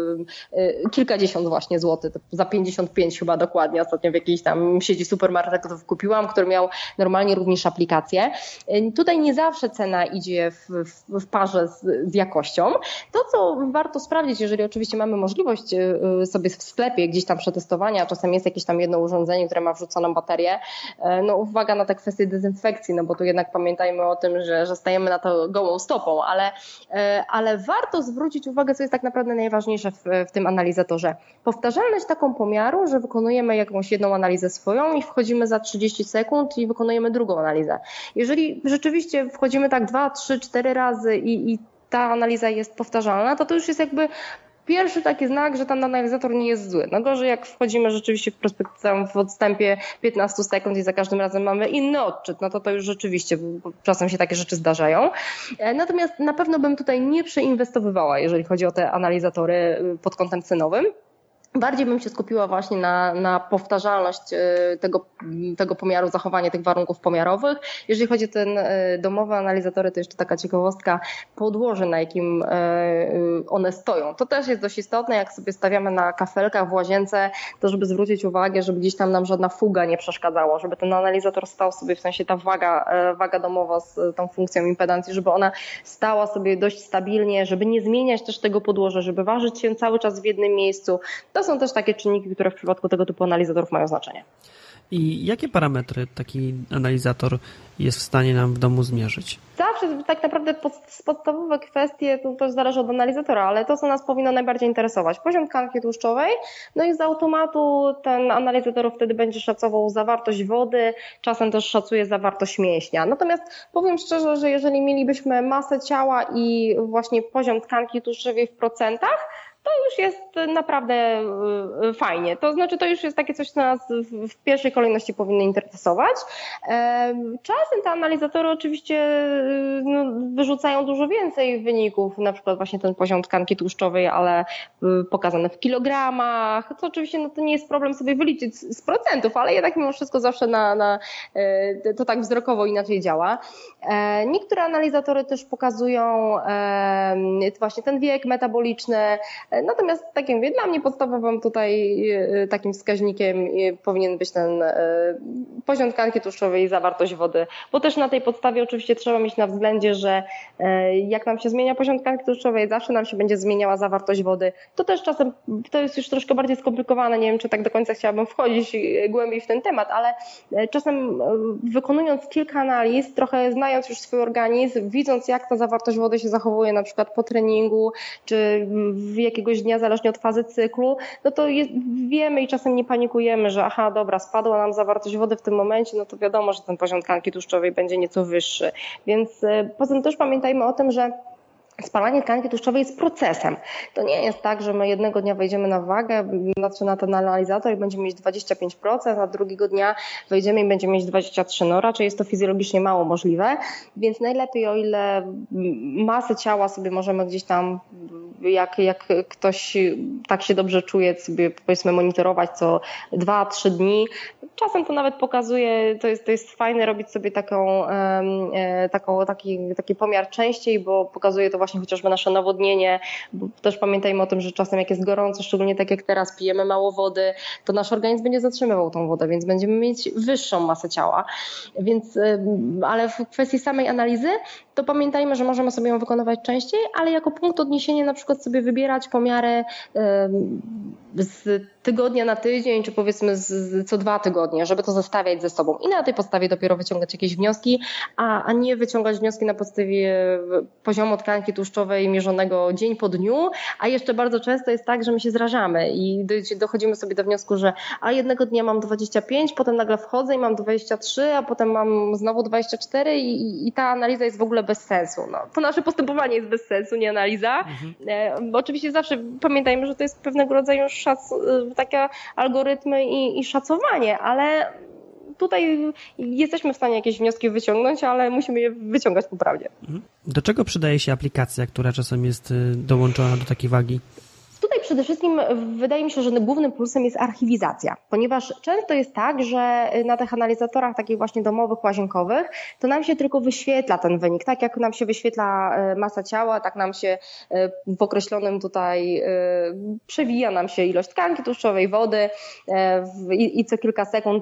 kilkadziesiąt właśnie złotych, za pięćdziesiąt pięć chyba dokładnie ostatnio w jakiejś tam sieci supermarketów kupiłam, który miał normalnie również aplikację. Tutaj nie zawsze cena idzie w, w, w parze z, z jakością. To, co warto sprawdzić, jeżeli oczywiście mamy możliwość sobie w sklepie gdzieś tam przetestowania, czasem jest jakieś tam jedno urządzenie, które ma wrzuconą baterię, no uwaga na te kwestie dezynfekcji, no bo tu jednak pamiętajmy o tym, że, że stajemy na to gołą stopą, ale, ale warto zwrócić uwagę, co jest tak naprawdę najważniejsze w, w tym analizatorze. Powtarzalność taką pomiaru, że wykonujemy jakąś jedną analizę swoją i wchodzimy za trzydzieści sekund i wykonujemy drugą analizę. Jeżeli rzeczywiście wchodzimy tak dwa, trzy, cztery razy i, i ta analiza jest powtarzalna, to to już jest jakby pierwszy taki znak, że ten analizator nie jest zły. No gorzej jak wchodzimy rzeczywiście w perspektywie w odstępie piętnastu sekund i za każdym razem mamy inny odczyt, no to to już rzeczywiście, bo czasem się takie rzeczy zdarzają. Natomiast na pewno bym tutaj nie przeinwestowywała, jeżeli chodzi o te analizatory pod kątem cenowym. Bardziej bym się skupiła właśnie na, na powtarzalność tego, tego pomiaru, zachowanie tych warunków pomiarowych. Jeżeli chodzi o ten domowe analizatory, to jeszcze taka ciekawostka, podłoże, na jakim one stoją. To też jest dość istotne, jak sobie stawiamy na kafelkach w łazience, to żeby zwrócić uwagę, żeby gdzieś tam nam żadna fuga nie przeszkadzała, żeby ten analizator stał sobie, w sensie ta waga, waga domowa z tą funkcją impedancji, żeby ona stała sobie dość stabilnie, żeby nie zmieniać też tego podłoża, żeby ważyć się cały czas w jednym miejscu. To są też takie czynniki, które w przypadku tego typu analizatorów mają znaczenie. I jakie parametry taki analizator jest w stanie nam w domu zmierzyć? Zawsze tak naprawdę pod, podstawowe kwestie, to też zależy od analizatora, ale to, co nas powinno najbardziej interesować. Poziom tkanki tłuszczowej, no i z automatu ten analizator wtedy będzie szacował zawartość wody, czasem też szacuje zawartość mięśnia. Natomiast powiem szczerze, że jeżeli mielibyśmy masę ciała i właśnie poziom tkanki tłuszczowej w procentach, to już jest naprawdę fajnie. To znaczy, to już jest takie coś, co nas w pierwszej kolejności powinno interesować. Czasem te analizatory oczywiście no, wyrzucają dużo więcej wyników, na przykład właśnie ten poziom tkanki tłuszczowej, ale pokazany w kilogramach. To oczywiście no, to nie jest problem sobie wyliczyć z procentów, ale jednak mimo wszystko zawsze na, na, to tak wzrokowo inaczej działa. Niektóre analizatory też pokazują właśnie ten wiek metaboliczny. Natomiast, tak jak mówię, dla mnie podstawowym tutaj takim wskaźnikiem powinien być ten poziom tkanki tłuszczowej i zawartość wody, bo też na tej podstawie oczywiście trzeba mieć na względzie, że jak nam się zmienia poziom tkanki tłuszczowej, zawsze nam się będzie zmieniała zawartość wody. To też czasem, to jest już troszkę bardziej skomplikowane, nie wiem, czy tak do końca chciałabym wchodzić głębiej w ten temat, ale czasem wykonując kilka analiz, trochę znając już swój organizm, widząc jak ta zawartość wody się zachowuje na przykład po treningu, czy w jakiegoś dnia, zależnie od fazy cyklu, no to jest, wiemy i czasem nie panikujemy, że aha, dobra, spadła nam zawartość wody w tym momencie, no to wiadomo, że ten poziom tkanki tłuszczowej będzie nieco wyższy. Więc poza tym też pamiętajmy o tym, że spalanie tkanki tłuszczowej jest procesem. To nie jest tak, że my jednego dnia wejdziemy na wagę, znaczy na ten analizator i będziemy mieć dwadzieścia pięć procent, a drugiego dnia wejdziemy i będziemy mieć dwadzieścia trzy procent. No raczej jest to fizjologicznie mało możliwe, więc najlepiej, o ile masę ciała sobie możemy gdzieś tam, jak, jak ktoś tak się dobrze czuje, sobie powiedzmy monitorować co dwa trzy dni. Czasem to nawet pokazuje, to jest, to jest fajne robić sobie taką, taką, taki, taki pomiar częściej, bo pokazuje to właśnie chociażby nasze nawodnienie, bo też pamiętajmy o tym, że czasem jak jest gorąco, szczególnie tak jak teraz pijemy mało wody, to nasz organizm będzie zatrzymywał tą wodę, więc będziemy mieć wyższą masę ciała. Więc, ale w kwestii samej analizy, to pamiętajmy, że możemy sobie ją wykonywać częściej, ale jako punkt odniesienia na przykład sobie wybierać pomiary z tygodnia na tydzień, czy powiedzmy z, co dwa tygodnie, żeby to zestawiać ze sobą i na tej podstawie dopiero wyciągać jakieś wnioski, a, a nie wyciągać wnioski na podstawie poziomu tkanki tłuszczowej mierzonego dzień po dniu, a jeszcze bardzo często jest tak, że my się zrażamy i dochodzimy sobie do wniosku, że a jednego dnia mam dwadzieścia pięć, potem nagle wchodzę i mam dwadzieścia trzy, a potem mam znowu dwadzieścia cztery i, i ta analiza jest w ogóle bez sensu. No, to nasze postępowanie jest bez sensu, nie analiza. Mhm. E, bo oczywiście zawsze pamiętajmy, że to jest pewnego rodzaju szac, takie algorytmy i, i szacowanie, ale tutaj jesteśmy w stanie jakieś wnioski wyciągnąć, ale musimy je wyciągać poprawnie. Do czego przydaje się aplikacja, która czasem jest dołączona do takiej wagi? Tutaj przede wszystkim wydaje mi się, że głównym plusem jest archiwizacja, ponieważ często jest tak, że na tych analizatorach takich właśnie domowych, łazienkowych, to nam się tylko wyświetla ten wynik. Tak jak nam się wyświetla masa ciała, tak nam się w określonym tutaj przewija nam się ilość tkanki tłuszczowej, wody i, i co kilka sekund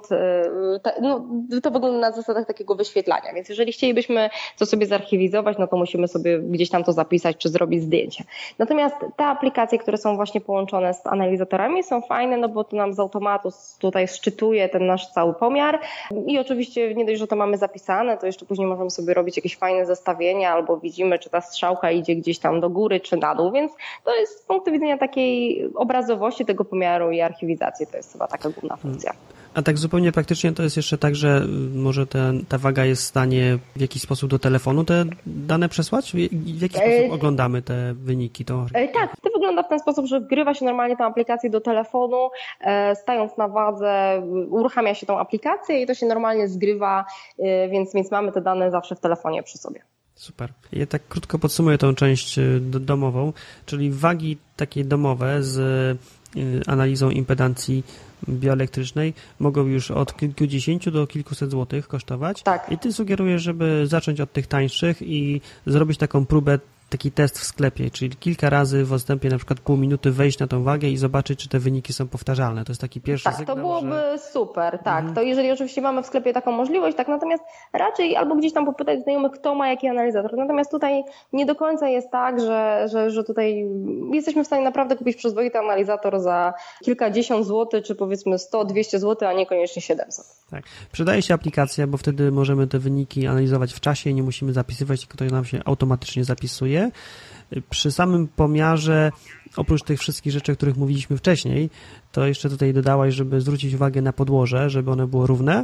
no, to wygląda na zasadach takiego wyświetlania. Więc jeżeli chcielibyśmy to sobie zarchiwizować, no to musimy sobie gdzieś tam to zapisać czy zrobić zdjęcie. Natomiast te aplikacje, które są właśnie połączone z analizatorami, są fajne, no bo to nam z automatu tutaj szczytuje ten nasz cały pomiar i oczywiście nie dość, że to mamy zapisane, to jeszcze później możemy sobie robić jakieś fajne zestawienia albo widzimy, czy ta strzałka idzie gdzieś tam do góry, czy na dół, więc to jest z punktu widzenia takiej obrazowości tego pomiaru i archiwizacji, to jest chyba taka główna funkcja. A tak zupełnie praktycznie to jest jeszcze tak, że może te, ta waga jest w stanie w jakiś sposób do telefonu te dane przesłać? W jaki sposób oglądamy te wyniki? To... Tak, to wygląda w ten sposób, że wgrywa się normalnie tę aplikację do telefonu, stając na wadze, uruchamia się tą aplikację i to się normalnie zgrywa, więc, więc mamy te dane zawsze w telefonie przy sobie. Super. Ja tak krótko podsumuję tą część domową, czyli wagi takie domowe z analizą impedancji bioelektrycznej mogą już od kilkudziesięciu do kilkuset złotych kosztować. Tak. I ty sugerujesz, żeby zacząć od tych tańszych i zrobić taką próbę, taki test w sklepie, czyli kilka razy w odstępie na przykład pół minuty wejść na tą wagę i zobaczyć, czy te wyniki są powtarzalne. To jest taki pierwszy tak, sygnał, to byłoby że... super, tak. Mhm. To jeżeli oczywiście mamy w sklepie taką możliwość, tak, natomiast raczej albo gdzieś tam popytać znajomych, kto ma jaki analizator. Natomiast tutaj nie do końca jest tak, że, że, że tutaj jesteśmy w stanie naprawdę kupić przyzwoity analizator za kilkadziesiąt złotych, czy powiedzmy sto dwieście złotych, a niekoniecznie siedemset. Tak. Przydaje się aplikacja, bo wtedy możemy te wyniki analizować w czasie i nie musimy zapisywać, tylko to nam się automatycznie zapisuje. Przy samym pomiarze, oprócz tych wszystkich rzeczy, o których mówiliśmy wcześniej, to jeszcze tutaj dodałaś, żeby zwrócić uwagę na podłoże, żeby one było równe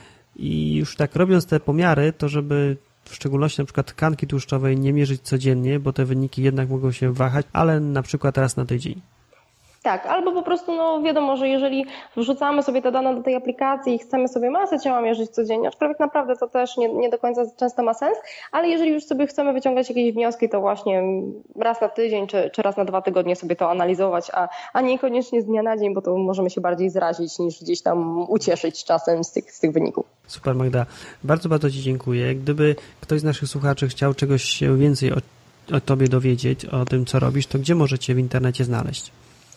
i już tak robiąc te pomiary, to żeby w szczególności na przykład tkanki tłuszczowej nie mierzyć codziennie, bo te wyniki jednak mogą się wahać, ale na przykład raz na tydzień. Tak, albo po prostu, no wiadomo, że jeżeli wrzucamy sobie te dane do tej aplikacji i chcemy sobie masę ciała mierzyć codziennie, aczkolwiek naprawdę to też nie, nie do końca często ma sens, ale jeżeli już sobie chcemy wyciągać jakieś wnioski, to właśnie raz na tydzień czy, czy raz na dwa tygodnie sobie to analizować, a, a niekoniecznie z dnia na dzień, bo to możemy się bardziej zrazić niż gdzieś tam ucieszyć czasem z tych, z tych wyników. Super, Magda. Bardzo, bardzo Ci dziękuję. Gdyby ktoś z naszych słuchaczy chciał czegoś się więcej o, o Tobie dowiedzieć, o tym, co robisz, to gdzie możecie w internecie znaleźć?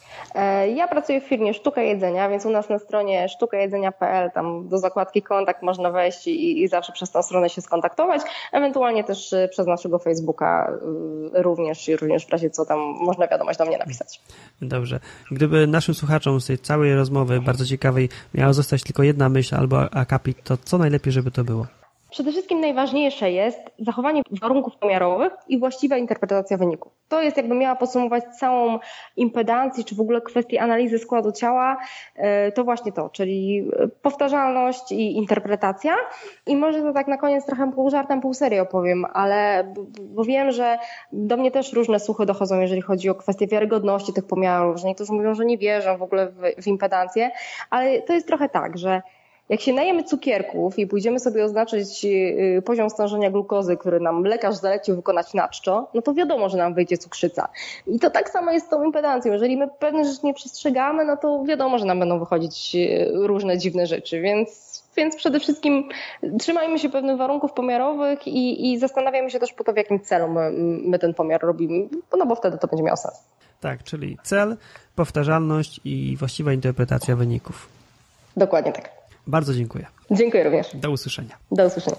Ja pracuję w firmie Sztuka Jedzenia, więc u nas na stronie sztuka jedzenia kropka pe el, tam do zakładki kontakt można wejść i, i zawsze przez tę stronę się skontaktować, ewentualnie też przez naszego Facebooka również i również w razie co tam można wiadomość do mnie napisać. Dobrze. Gdyby naszym słuchaczom z tej całej rozmowy bardzo ciekawej miała zostać tylko jedna myśl albo akapit, to co najlepiej, żeby to było? Przede wszystkim najważniejsze jest zachowanie warunków pomiarowych i właściwa interpretacja wyników. To jest, jakbym miała podsumować całą impedancję, czy w ogóle kwestię analizy składu ciała, to właśnie to, czyli powtarzalność i interpretacja. I może to tak na koniec trochę pół żartem, pół serio opowiem, ale bo wiem, że do mnie też różne słuchy dochodzą, jeżeli chodzi o kwestię wiarygodności tych pomiarów, że niektórzy mówią, że nie wierzą w ogóle w, w impedancję, ale to jest trochę tak, że jak się najemy cukierków i pójdziemy sobie oznaczyć poziom stężenia glukozy, który nam lekarz zalecił wykonać na czczo, no to wiadomo, że nam wyjdzie cukrzyca. I to tak samo jest z tą impedancją. Jeżeli my pewne rzeczy nie przestrzegamy, no to wiadomo, że nam będą wychodzić różne dziwne rzeczy. Więc, więc przede wszystkim trzymajmy się pewnych warunków pomiarowych i, i zastanawiajmy się też po to, w jakim celu my, my ten pomiar robimy, no bo wtedy to będzie miało sens. Tak, czyli cel, powtarzalność i właściwa interpretacja wyników. Dokładnie tak. Bardzo dziękuję. Dziękuję również. Do usłyszenia. Do usłyszenia.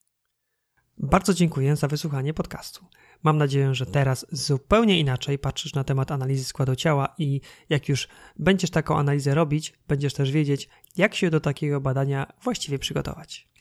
Bardzo dziękuję za wysłuchanie podcastu. Mam nadzieję, że teraz zupełnie inaczej patrzysz na temat analizy składu ciała i jak już będziesz taką analizę robić, będziesz też wiedzieć, jak się do takiego badania właściwie przygotować.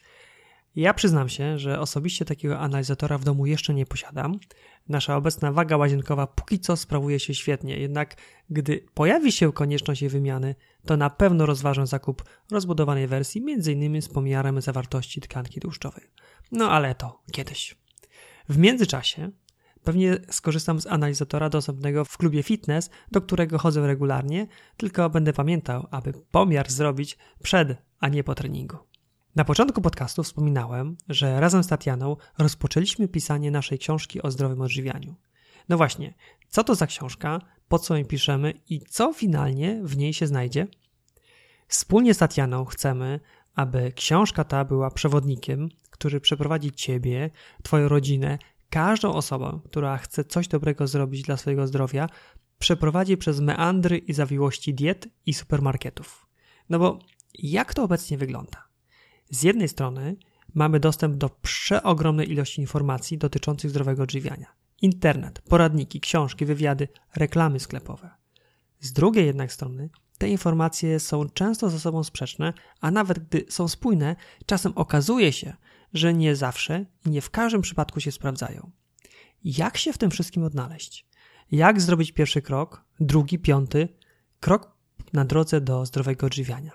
Ja przyznam się, że osobiście takiego analizatora w domu jeszcze nie posiadam. Nasza obecna waga łazienkowa póki co sprawuje się świetnie, jednak gdy pojawi się konieczność jej wymiany, to na pewno rozważę zakup rozbudowanej wersji, między innymi z pomiarem zawartości tkanki tłuszczowej. No ale to kiedyś. W międzyczasie pewnie skorzystam z analizatora dostępnego w klubie fitness, do którego chodzę regularnie, tylko będę pamiętał, aby pomiar zrobić przed, a nie po treningu. Na początku podcastu wspominałem, że razem z Tatianą rozpoczęliśmy pisanie naszej książki o zdrowym odżywianiu. No właśnie, co to za książka, po co ją piszemy i co finalnie w niej się znajdzie? Wspólnie z Tatianą chcemy, aby książka ta była przewodnikiem, który przeprowadzi Ciebie, Twoją rodzinę, każdą osobę, która chce coś dobrego zrobić dla swojego zdrowia, przeprowadzi przez meandry i zawiłości diet i supermarketów. No bo jak to obecnie wygląda? Z jednej strony mamy dostęp do przeogromnej ilości informacji dotyczących zdrowego odżywiania. Internet, poradniki, książki, wywiady, reklamy sklepowe. Z drugiej jednak strony te informacje są często ze sobą sprzeczne, a nawet gdy są spójne, czasem okazuje się, że nie zawsze i nie w każdym przypadku się sprawdzają. Jak się w tym wszystkim odnaleźć? Jak zrobić pierwszy krok, drugi, piąty, krok na drodze do zdrowego odżywiania?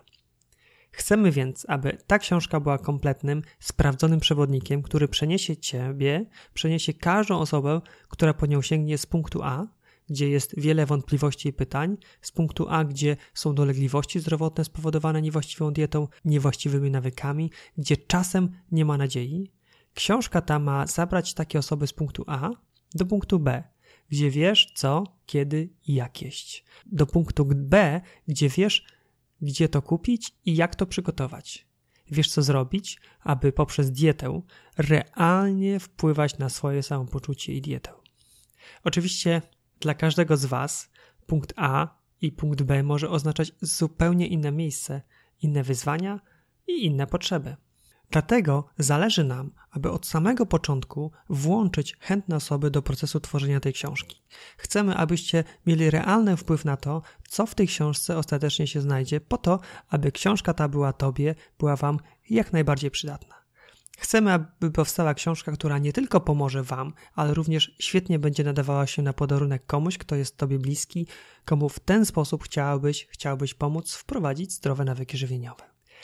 Chcemy więc, aby ta książka była kompletnym, sprawdzonym przewodnikiem, który przeniesie Ciebie, przeniesie każdą osobę, która po nią sięgnie z punktu A, gdzie jest wiele wątpliwości i pytań, z punktu A, gdzie są dolegliwości zdrowotne spowodowane niewłaściwą dietą, niewłaściwymi nawykami, gdzie czasem nie ma nadziei. Książka ta ma zabrać takie osoby z punktu A do punktu B, gdzie wiesz co, kiedy i jak jeść. Do punktu B, gdzie wiesz, gdzie to kupić i jak to przygotować. Wiesz co zrobić, aby poprzez dietę realnie wpływać na swoje samopoczucie i dietę. Oczywiście dla każdego z Was punkt A i punkt B może oznaczać zupełnie inne miejsce, inne wyzwania i inne potrzeby. Dlatego zależy nam, aby od samego początku włączyć chętne osoby do procesu tworzenia tej książki. Chcemy, abyście mieli realny wpływ na to, co w tej książce ostatecznie się znajdzie, po to, aby książka ta była Tobie, była Wam jak najbardziej przydatna. Chcemy, aby powstała książka, która nie tylko pomoże Wam, ale również świetnie będzie nadawała się na podarunek komuś, kto jest Tobie bliski, komu w ten sposób chciałbyś, chciałbyś pomóc wprowadzić zdrowe nawyki żywieniowe.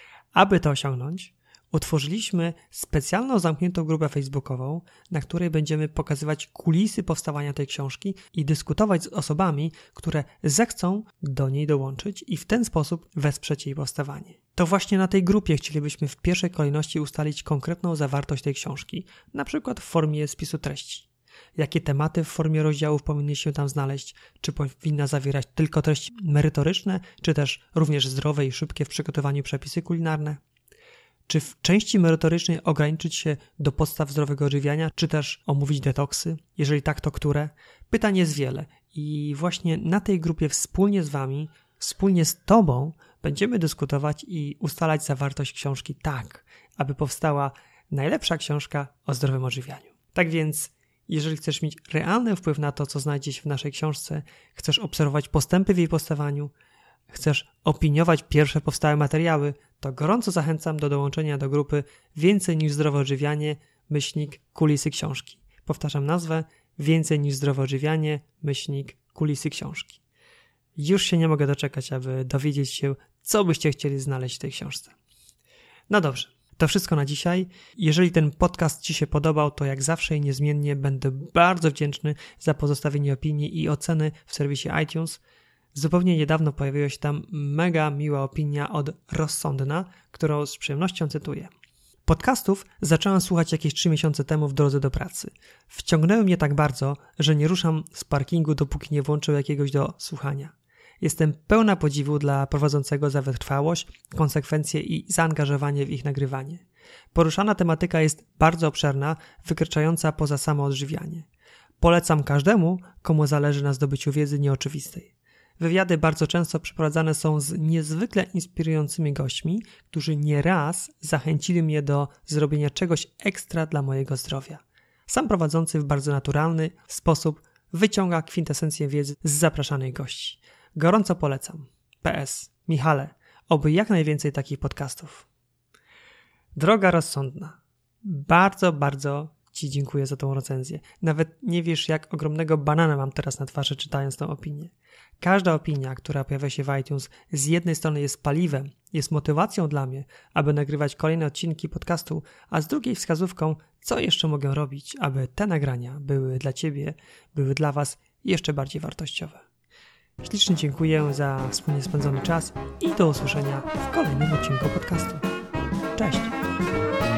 Aby to osiągnąć, utworzyliśmy specjalną zamkniętą grupę facebookową, na której będziemy pokazywać kulisy powstawania tej książki i dyskutować z osobami, które zechcą do niej dołączyć i w ten sposób wesprzeć jej powstawanie. To właśnie na tej grupie chcielibyśmy w pierwszej kolejności ustalić konkretną zawartość tej książki, na przykład w formie spisu treści. Jakie tematy w formie rozdziałów powinny się tam znaleźć, czy powinna zawierać tylko treści merytoryczne, czy też również zdrowe i szybkie w przygotowaniu przepisy kulinarne. Czy w części merytorycznej ograniczyć się do podstaw zdrowego odżywiania, czy też omówić detoksy? Jeżeli tak, to które? Pytań jest wiele i właśnie na tej grupie wspólnie z Wami, wspólnie z Tobą będziemy dyskutować i ustalać zawartość książki tak, aby powstała najlepsza książka o zdrowym odżywianiu. Tak więc, jeżeli chcesz mieć realny wpływ na to, co znajdzie się w naszej książce, chcesz obserwować postępy w jej powstawaniu, chcesz opiniować pierwsze powstałe materiały, to gorąco zachęcam do dołączenia do grupy Więcej niż zdrowe odżywianie myślnik kulisy książki. Powtarzam nazwę Więcej niż zdrowe odżywianie myślnik kulisy książki. Już się nie mogę doczekać, aby dowiedzieć się, co byście chcieli znaleźć w tej książce. No dobrze, to wszystko na dzisiaj. Jeżeli ten podcast Ci się podobał, to jak zawsze i niezmiennie będę bardzo wdzięczny za pozostawienie opinii i oceny w serwisie iTunes. Zupełnie niedawno pojawiła się tam mega miła opinia od Rozsądna, którą z przyjemnością cytuję. Podcastów zacząłem słuchać jakieś trzy miesiące temu w drodze do pracy. Wciągnęły mnie tak bardzo, że nie ruszam z parkingu, dopóki nie włączę jakiegoś do słuchania. Jestem pełna podziwu dla prowadzącego za wytrwałość, konsekwencje i zaangażowanie w ich nagrywanie. Poruszana tematyka jest bardzo obszerna, wykraczająca poza samo odżywianie. Polecam każdemu, komu zależy na zdobyciu wiedzy nieoczywistej. Wywiady bardzo często przeprowadzane są z niezwykle inspirującymi gośćmi, którzy nieraz zachęcili mnie do zrobienia czegoś ekstra dla mojego zdrowia. Sam prowadzący w bardzo naturalny sposób wyciąga kwintesencję wiedzy z zapraszanych gości. Gorąco polecam. P S. Michale, oby jak najwięcej takich podcastów. Droga Rozsądna, bardzo, bardzo Ci dziękuję za tą recenzję. Nawet nie wiesz, jak ogromnego banana mam teraz na twarzy, czytając tą opinię. Każda opinia, która pojawia się w iTunes, z jednej strony jest paliwem, jest motywacją dla mnie, aby nagrywać kolejne odcinki podcastu, a z drugiej wskazówką, co jeszcze mogę robić, aby te nagrania były dla Ciebie, były dla Was jeszcze bardziej wartościowe. Ślicznie dziękuję za wspólnie spędzony czas i do usłyszenia w kolejnym odcinku podcastu. Cześć!